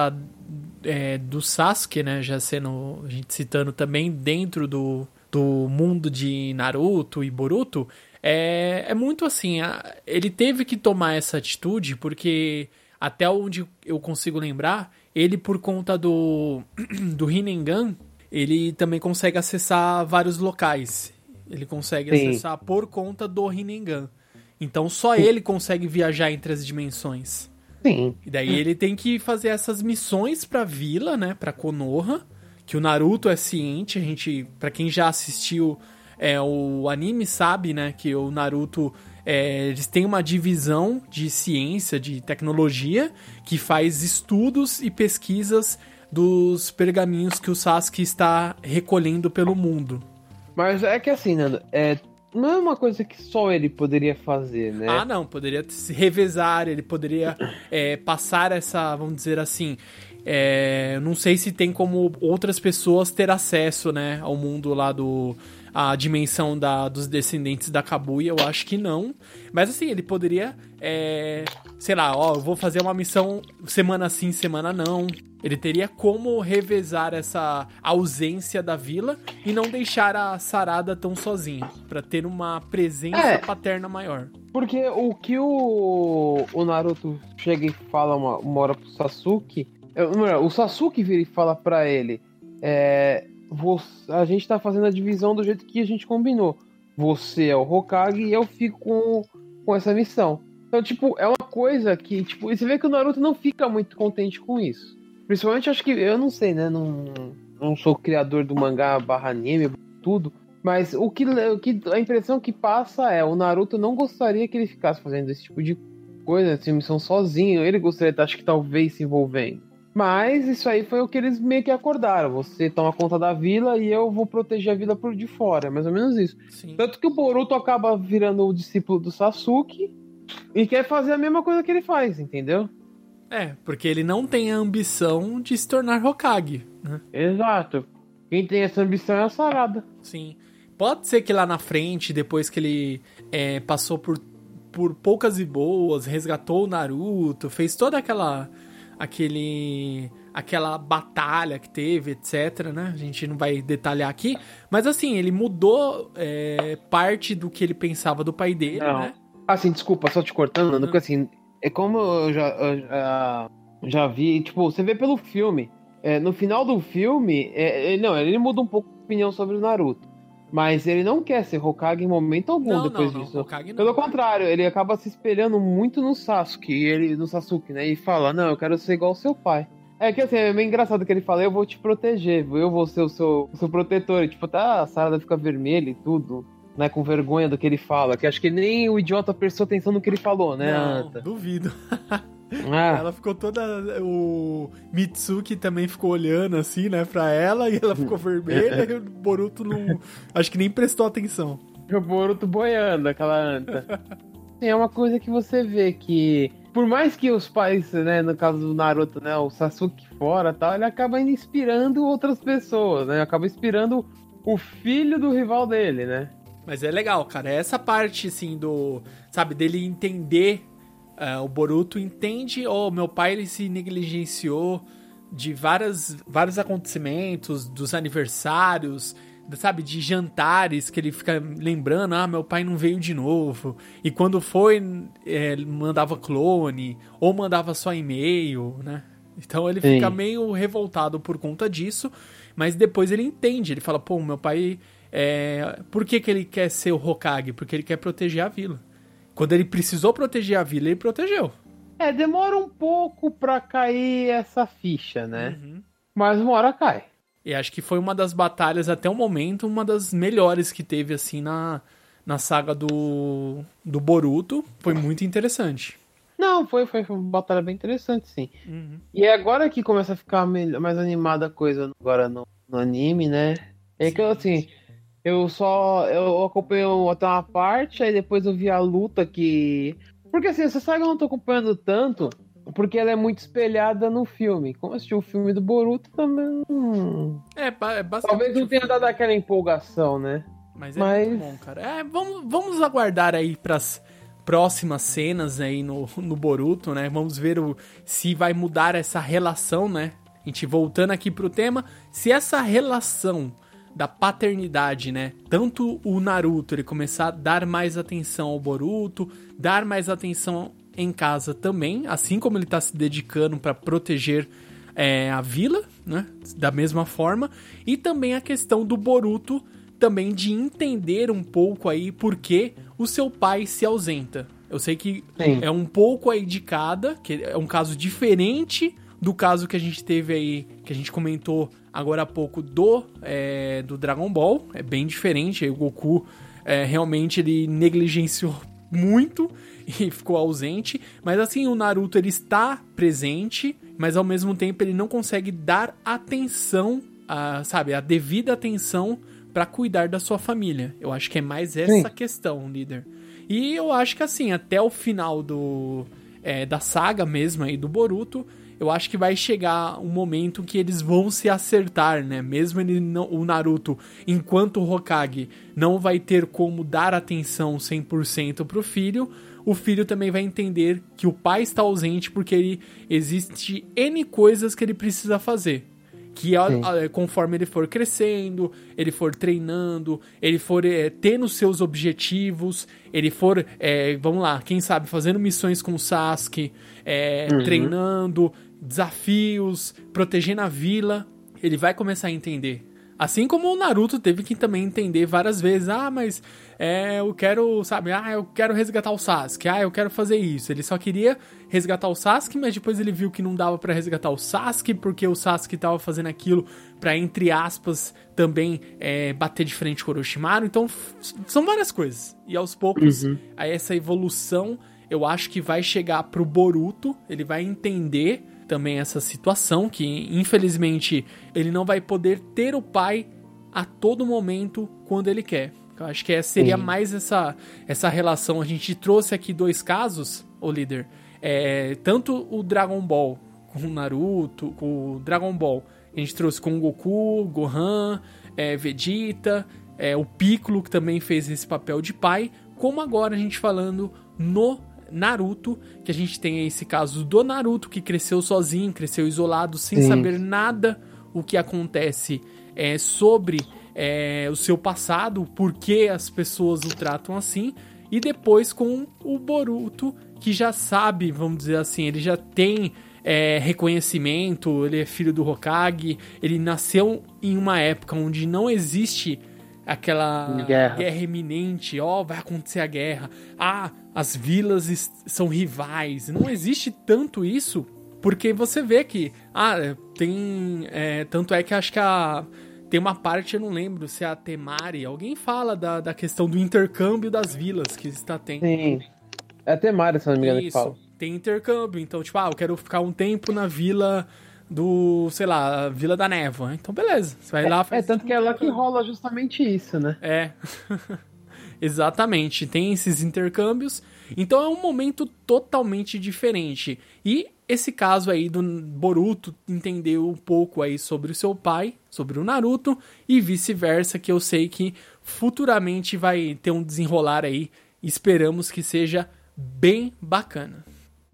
do Sasuke, né? Já sendo, a gente citando também dentro do mundo de Naruto e Boruto, é muito assim, ele teve que tomar essa atitude porque, até onde eu consigo lembrar, ele por conta do Rinnegan, ele também consegue acessar vários locais. Ele consegue acessar por conta do Rinnegan. Então só ele consegue viajar entre as dimensões. Sim. E daí ele tem que fazer essas missões pra vila, né? Pra Konoha. Que o Naruto é ciente. Pra quem já assistiu o anime sabe, né? Que o Naruto... eles têm uma divisão de ciência, de tecnologia, que faz estudos e pesquisas dos pergaminhos que o Sasuke está recolhendo pelo mundo. Mas é que assim, Nando, não é uma coisa que só ele poderia fazer, né? Ah, não, poderia se revezar, ele poderia passar essa, vamos dizer assim, Não sei se tem como outras pessoas ter acesso, né, ao mundo lá a dimensão dos descendentes da Kabuya, eu acho que não. Mas assim, ele poderia, sei lá, eu vou fazer uma missão semana sim, semana não. Ele teria como revezar essa ausência da vila e não deixar a Sarada tão sozinha, pra ter uma presença paterna maior. Porque o que o Naruto chega e fala uma hora pro Sasuke, o Sasuke vira e fala pra ele, a gente tá fazendo a divisão do jeito que a gente combinou. Você é o Hokage e eu fico com essa missão. Então, tipo, é uma coisa que, tipo, você vê que o Naruto não fica muito contente com isso. Principalmente, acho que, eu não sei, né, não sou criador do mangá / anime, tudo, mas a impressão que passa o Naruto não gostaria que ele ficasse fazendo esse tipo de coisa, essa missão sozinho. Ele gostaria, acho que talvez se envolvendo. Mas isso aí foi o que eles meio que acordaram. Você toma conta da vila e eu vou proteger a vila por de fora. É mais ou menos isso. Sim. Tanto que o Boruto acaba virando o discípulo do Sasuke e quer fazer a mesma coisa que ele faz, entendeu? Porque ele não tem a ambição de se tornar Hokage, né? Exato. Quem tem essa ambição é a Sarada. Sim. Pode ser que lá na frente, depois que ele passou por poucas e boas, resgatou o Naruto, fez toda aquela batalha que teve, etc, né? A gente não vai detalhar aqui. Mas assim, ele mudou parte do que ele pensava do pai dele, né? Assim, desculpa, só te cortando, porque assim, é como eu já vi, tipo, você vê pelo filme. No final do filme, ele muda um pouco a opinião sobre o Naruto. Mas ele não quer ser Hokage em momento algum depois disso. Hokage não. Pelo contrário, ele acaba se espelhando muito no Sasuke, né? E fala, não, eu quero ser igual ao seu pai. É que assim, é meio engraçado que ele fala, eu vou te proteger, eu vou ser o seu protetor. E, tipo, a Sarada fica vermelha e tudo, né? Com vergonha do que ele fala. Que acho que nem o idiota prestou atenção no que ele falou, né, Anta? Duvido. Ela ficou toda... O Mitsuki também ficou olhando assim, né, pra ela, e ela ficou vermelha, e o Boruto não... Acho que nem prestou atenção. O Boruto boiando, aquela anta. É uma coisa que você vê que... Por mais que os pais, né, no caso do Naruto, né, o Sasuke fora e tal, ele acaba inspirando outras pessoas, né? Acaba inspirando o filho do rival dele, né? Mas é legal, cara. Essa parte, assim, sabe, dele entender... o Boruto entende, meu pai ele se negligenciou de vários acontecimentos, dos aniversários, sabe, de jantares que ele fica lembrando, meu pai não veio de novo, e quando foi, mandava clone, ou mandava só e-mail, né? Então ele fica meio revoltado por conta disso, mas depois ele entende, ele fala, meu pai, por que ele quer ser o Hokage? Porque ele quer proteger a vila. Quando ele precisou proteger a vila, ele protegeu. Demora um pouco pra cair essa ficha, né? Uhum. Mas uma hora cai. E acho que foi uma das batalhas, até o momento, uma das melhores que teve, assim, na saga do Boruto. Foi muito interessante. Não, foi uma batalha bem interessante, sim. Uhum. E é agora que começa a ficar mais animada a coisa agora no anime, né? É que, assim... Eu acompanhei até uma parte, aí depois eu vi a luta que... Porque assim, essa saga eu não tô acompanhando tanto, porque ela é muito espelhada no filme. Como assistiu o filme do Boruto também... Bastante. Talvez não tenha dado aquela empolgação, né? Mas muito bom, cara. Vamos aguardar aí pras próximas cenas aí no Boruto, né? Vamos ver se vai mudar essa relação, né? A gente voltando aqui pro tema, se essa relação... da paternidade, né? Tanto o Naruto, ele começar a dar mais atenção ao Boruto, dar mais atenção em casa também, assim como ele tá se dedicando para proteger a vila, né? Da mesma forma. E também a questão do Boruto também de entender um pouco aí por que o seu pai se ausenta. Eu sei que é um pouco aí de cada, que é um caso diferente do caso que a gente teve aí, que a gente comentou agora há pouco do Dragon Ball. É bem diferente, aí o Goku realmente ele negligenciou muito e ficou ausente, mas assim, o Naruto ele está presente, mas ao mesmo tempo ele não consegue dar atenção, a devida atenção para cuidar da sua família. Eu acho que é mais essa questão, líder. E eu acho que assim, até o final da saga mesmo aí do Boruto, eu acho que vai chegar um momento que eles vão se acertar, né? Mesmo o Naruto, enquanto Hokage, não vai ter como dar atenção 100% pro filho, o filho também vai entender que o pai está ausente porque existe N coisas que ele precisa fazer. Que conforme ele for crescendo, ele for treinando, ele for tendo seus objetivos, ele for, vamos lá, quem sabe, fazendo missões com o Sasuke, treinando, desafios, protegendo a vila, ele vai começar a entender. Assim como o Naruto teve que também entender várias vezes, mas eu quero, sabe, eu quero resgatar o Sasuke, eu quero fazer isso. Ele só queria resgatar o Sasuke, mas depois ele viu que não dava pra resgatar o Sasuke, porque o Sasuke tava fazendo aquilo pra, entre aspas, também bater de frente com o Orochimaru. Então, são várias coisas. E aos poucos, aí essa evolução, eu acho que vai chegar pro Boruto, ele vai entender também essa situação, que infelizmente ele não vai poder ter o pai a todo momento quando ele quer. Eu acho que seria mais essa relação. A gente trouxe aqui 2 casos, ô líder, tanto o Dragon Ball com o Naruto, com o Dragon Ball, a gente trouxe com o Goku, Gohan, Vegeta, o Piccolo, que também fez esse papel de pai, como agora a gente falando no Naruto, que a gente tem esse caso do Naruto, que cresceu sozinho, cresceu isolado, sem saber nada o que acontece sobre o seu passado, por que as pessoas o tratam assim, e depois com o Boruto, que já sabe, vamos dizer assim, ele já tem reconhecimento, ele é filho do Hokage, ele nasceu em uma época onde não existe aquela guerra iminente, vai acontecer a guerra, as vilas são rivais, não existe tanto isso, porque você vê que, tem, tanto é que acho que tem uma parte, eu não lembro se é a Temari, alguém fala da questão do intercâmbio das vilas que está tendo. Sim, é a Temari, se não me engano, que fala. Tem intercâmbio, então tipo, eu quero ficar um tempo na vila do, sei lá, Vila da Névoa. Então, beleza. Você vai lá... tanto que é lá que rola justamente isso, né? Exatamente. Tem esses intercâmbios. Então, é um momento totalmente diferente. E esse caso aí do Boruto entendeu um pouco aí sobre o seu pai, sobre o Naruto, e vice-versa, que eu sei que futuramente vai ter um desenrolar aí. Esperamos que seja bem bacana.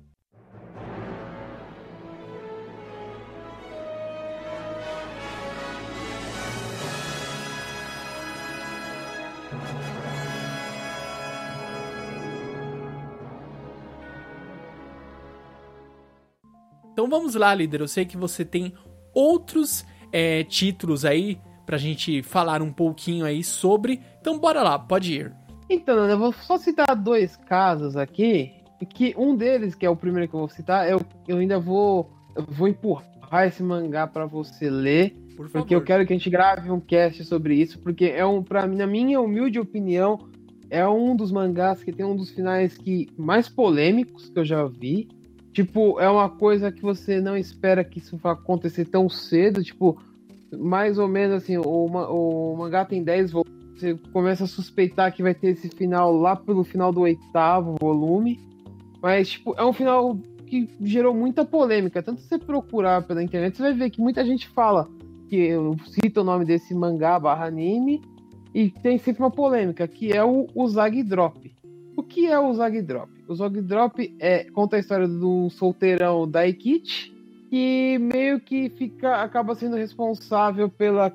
Então vamos lá, líder. Eu sei que você tem outros títulos aí pra gente falar um pouquinho aí sobre. Então bora lá, pode ir. Então, eu vou só citar 2 casos aqui, que um deles, que é o primeiro que eu vou citar, eu ainda vou empurrar esse mangá pra você ler, porque eu quero que a gente grave um cast sobre isso, porque pra mim, na minha humilde opinião, é um dos mangás que tem um dos finais mais polêmicos que eu já vi. Tipo, é uma coisa que você não espera que isso vá acontecer tão cedo. Tipo, mais ou menos assim, o mangá tem 10 volumes. Você começa a suspeitar que vai ter esse final lá pelo final do 8º volume. Mas, tipo, é um final que gerou muita polêmica. Tanto se você procurar pela internet, você vai ver que muita gente fala, que cita o nome desse mangá / anime, e tem sempre uma polêmica, que é o Uzagi Drop. O que é o Uzagi Drop? O Uzagi Drop conta a história do solteirão Daikichi, que meio que acaba sendo responsável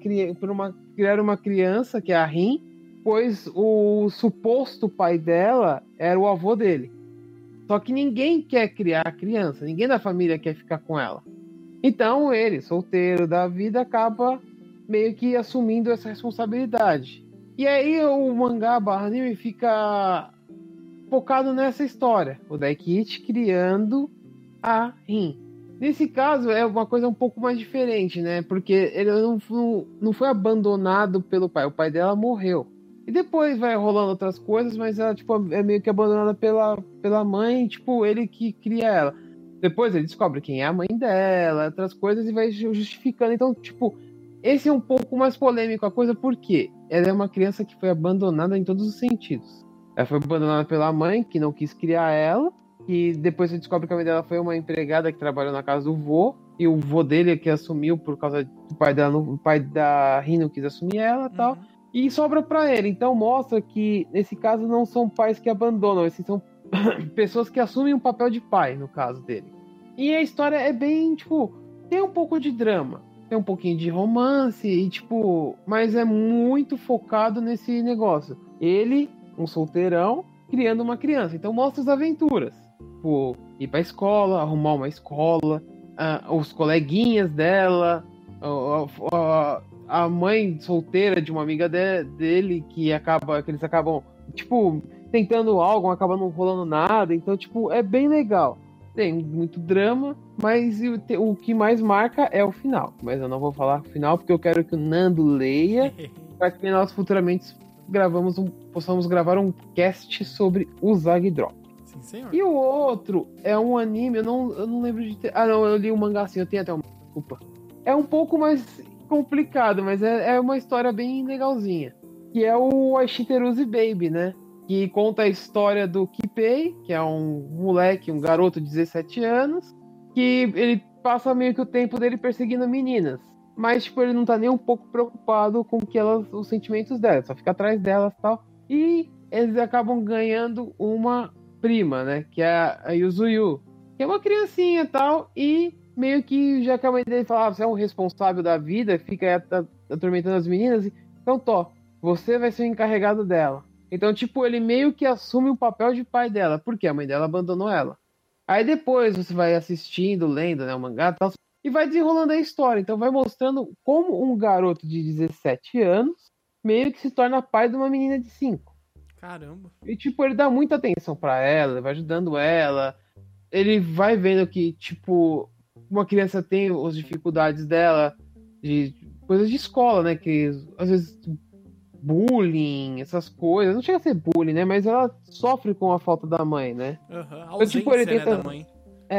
criar uma criança, que é a Rin, pois o suposto pai dela era o avô dele. Só que ninguém quer criar a criança, ninguém da família quer ficar com ela. Então ele, solteiro da vida, acaba meio que assumindo essa responsabilidade. E aí o mangá / anime fica focado nessa história, o Daikichi criando a Rin. Nesse caso é uma coisa um pouco mais diferente, né? Porque ele não foi abandonado pelo pai, o pai dela morreu. E depois vai rolando outras coisas, mas ela é meio que abandonada pela mãe, ele que cria ela. Depois ele descobre quem é a mãe dela, outras coisas, e vai justificando. Então, esse é um pouco mais polêmico a coisa, porque ela é uma criança que foi abandonada em todos os sentidos. Ela foi abandonada pela mãe, que não quis criar ela, que depois você descobre que a mãe dela foi uma empregada que trabalhou na casa do vô, e o vô dele que assumiu por causa do pai dela, o pai da Rin não quis assumir ela e tal, e sobra pra ele. Então mostra que, nesse caso, não são pais que abandonam, esses são pessoas que assumem um papel de pai, no caso dele. E a história é bem, tipo, tem um pouco de drama, tem um pouquinho de romance, e tipo, mas é muito focado nesse negócio. Ele, um solteirão, criando uma criança. Então mostra as aventuras. Tipo, ir pra escola, arrumar uma escola, os coleguinhas dela, a mãe solteira de uma amiga dele, que eles acabam, tipo, tentando algo, acaba não rolando nada. Então, tipo, é bem legal. Tem muito drama, mas o que mais marca é o final. Mas eu não vou falar o final, porque eu quero que o Nando leia, para que nós futuramente possamos gravar um cast sobre o Zagdrop. Sim, senhor. E o outro é um anime, eu não lembro de ter... Ah, não, eu li o mangá assim, eu tenho até uma... Desculpa. É um pouco mais complicado, mas é uma história bem legalzinha. Que é o Aishiteruze Baby, né? Que conta a história do Kipei, que é um moleque, um garoto de 17 anos, que ele passa meio que o tempo dele perseguindo meninas. Mas, tipo, ele não tá nem um pouco preocupado com os sentimentos dela, só fica atrás delas e tal. E eles acabam ganhando uma prima, né? Que é a Yuzuyu, que é uma criancinha e tal, e meio que, já que a mãe dele falava, você é um responsável da vida, fica atormentando as meninas, então, você vai ser o encarregado dela. Então, tipo, ele meio que assume o papel de pai dela, porque a mãe dela abandonou ela. Aí depois você vai assistindo, lendo, né, o mangá e tal, e vai desenrolando a história. Então vai mostrando como um garoto de 17 anos meio que se torna pai de uma menina de 5. Caramba. E, tipo, ele dá muita atenção pra ela, vai ajudando ela. Ele vai vendo que, tipo, uma criança tem as dificuldades dela, de coisas de escola, né, que às vezes... bullying, essas coisas. Não chega a ser bullying, né? Mas ela sofre com a falta da mãe, né? A ausência, então, tipo, ele tenta... né, da mãe.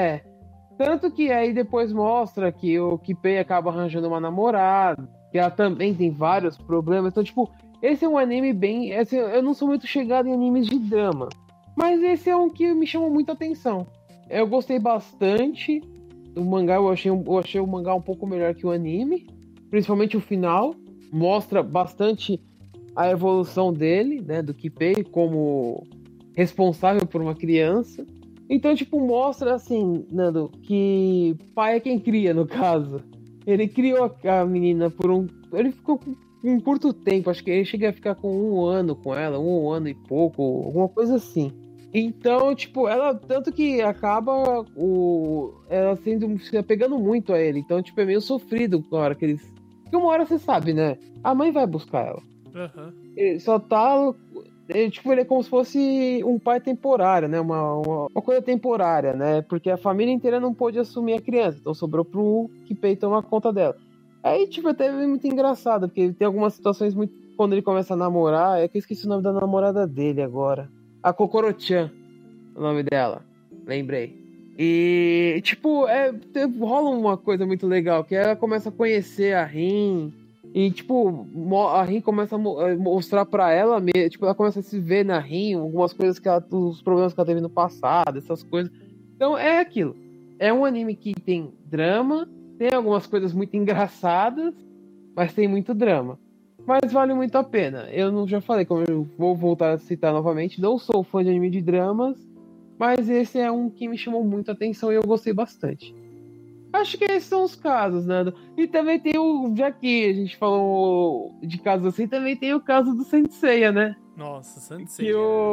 Tanto que aí depois mostra que o Kipei acaba arranjando uma namorada, que ela também tem vários problemas. Então, tipo, esse é um anime bem... eu não sou muito chegado em animes de drama, mas esse é um que me chamou muita atenção. Eu gostei bastante do mangá. Eu achei o mangá um pouco melhor que o anime, principalmente o final. Mostra bastante a evolução dele, né, do Kipei como responsável por uma criança. Então, tipo, mostra assim, Nando, que pai é quem cria, no caso. Ele criou a menina ele ficou com um curto tempo, acho que ele chega a ficar com 1 ano com ela, 1 ano e pouco, alguma coisa assim. Então, tipo, ela, tanto que acaba ela se apegando muito a ele. Então, tipo, é meio sofrido na hora que eles... Porque uma hora você sabe, né? A mãe vai buscar ela. Ele só tá... Ele é como se fosse um pai temporário, né? Uma coisa temporária, né? Porque a família inteira não pôde assumir a criança. Então sobrou pro Kipei tomar conta dela. Aí, tipo, até é muito engraçado, porque tem algumas situações muito... Quando ele começa a namorar... É que eu esqueci o nome da namorada dele agora. A Kokoro-chan, o nome dela. Lembrei. E, tipo, rola uma coisa muito legal, que ela começa a conhecer a Rin... E, tipo, a Rin começa a mostrar pra ela mesmo. Tipo, ela começa a se ver na Rin, algumas coisas os problemas que ela teve no passado, essas coisas. Então, é aquilo. É um anime que tem drama, tem algumas coisas muito engraçadas, mas tem muito drama. Mas vale muito a pena. Eu não já falei, como eu vou voltar a citar novamente, não sou fã de anime de dramas, mas esse é um que me chamou muito a atenção e eu gostei bastante. Acho que esses são os casos, Nando. E também tem já que a gente falou de casos assim, também tem o caso do Saint Seiya, né? Nossa, Saint Seiya.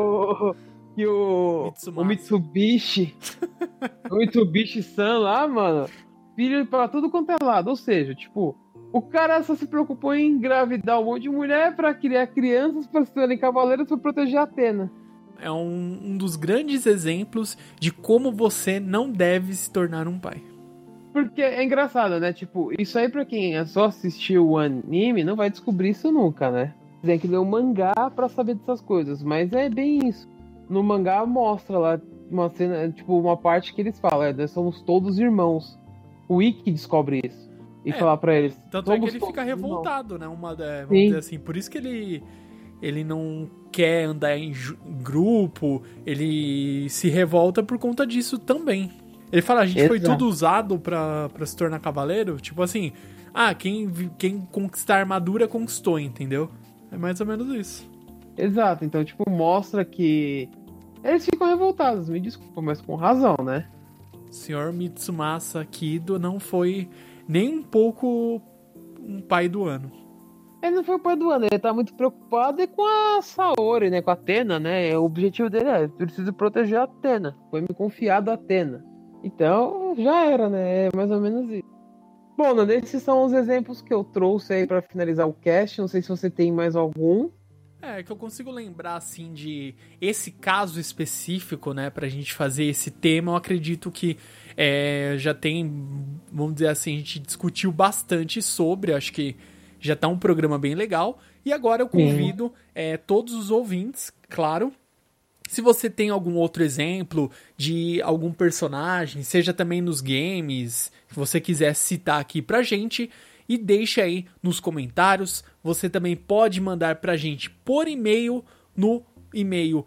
Que o Mitsubishi, o Mitsubishi-san lá, mano, filho pra tudo quanto é lado. Ou seja, tipo, o cara só se preocupou em engravidar um monte de mulher pra criar crianças pra se tornarem cavaleiros pra proteger a Athena. É um dos grandes exemplos de como você não deve se tornar um pai. Porque é engraçado, né? Tipo, isso aí pra quem só assistiu o anime não vai descobrir isso nunca, né? Tem que ler o mangá pra saber dessas coisas, mas é bem isso. No mangá mostra lá uma cena, tipo, uma parte que eles falam, nós somos todos irmãos. O Ikki descobre isso. E fala pra eles. Tanto é que ele fica revoltado, né? Vamos dizer assim. Por isso que ele não quer andar em grupo, ele se revolta por conta disso também. Ele fala, a gente foi tudo usado pra se tornar cavaleiro, tipo assim, quem conquistar a armadura conquistou, entendeu? É mais ou menos isso. Exato, então, tipo, mostra que eles ficam revoltados, me desculpa, mas com razão, né? O senhor Mitsumasa Kido não foi nem um pouco um pai do ano. Ele não foi o pai do ano, ele tá muito preocupado com a Saori, né? Com a Athena, né? O objetivo dele é, preciso proteger a Athena. Foi me confiado a Athena. Então, já era, né? É mais ou menos isso. Bom, Nando, esses são os exemplos que eu trouxe aí pra finalizar o cast. Não sei se você tem mais algum. É, que eu consigo lembrar, assim, de esse caso específico, né, pra gente fazer esse tema. Eu acredito que já tem, vamos dizer assim, a gente discutiu bastante sobre, acho que já tá um programa bem legal. E agora eu convido todos os ouvintes, claro, se você tem algum outro exemplo de algum personagem, seja também nos games, se você quiser citar aqui pra gente, e deixa aí nos comentários. Você também pode mandar pra gente por e-mail no e-mail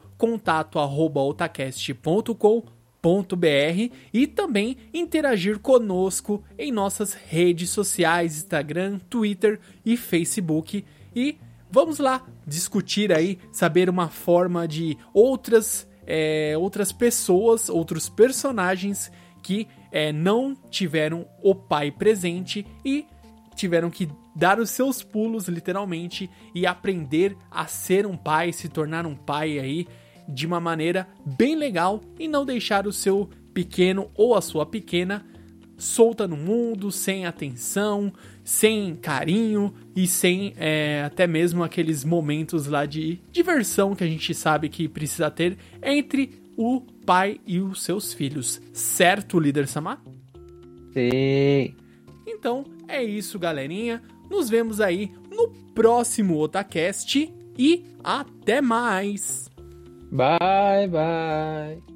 contato@otacast.com.br e também interagir conosco em nossas redes sociais, Instagram, Twitter e Facebook. E vamos lá discutir aí, saber uma forma de outras pessoas, outros personagens que não tiveram o pai presente e tiveram que dar os seus pulos, literalmente, e aprender a ser um pai, se tornar um pai aí de uma maneira bem legal e não deixar o seu pequeno ou a sua pequena solta no mundo, sem atenção, sem carinho e sem até mesmo aqueles momentos lá de diversão que a gente sabe que precisa ter entre o pai e os seus filhos. Certo, líder Samar? Sim. Então, é isso, galerinha. Nos vemos aí no próximo Otacast e até mais! Bye, bye.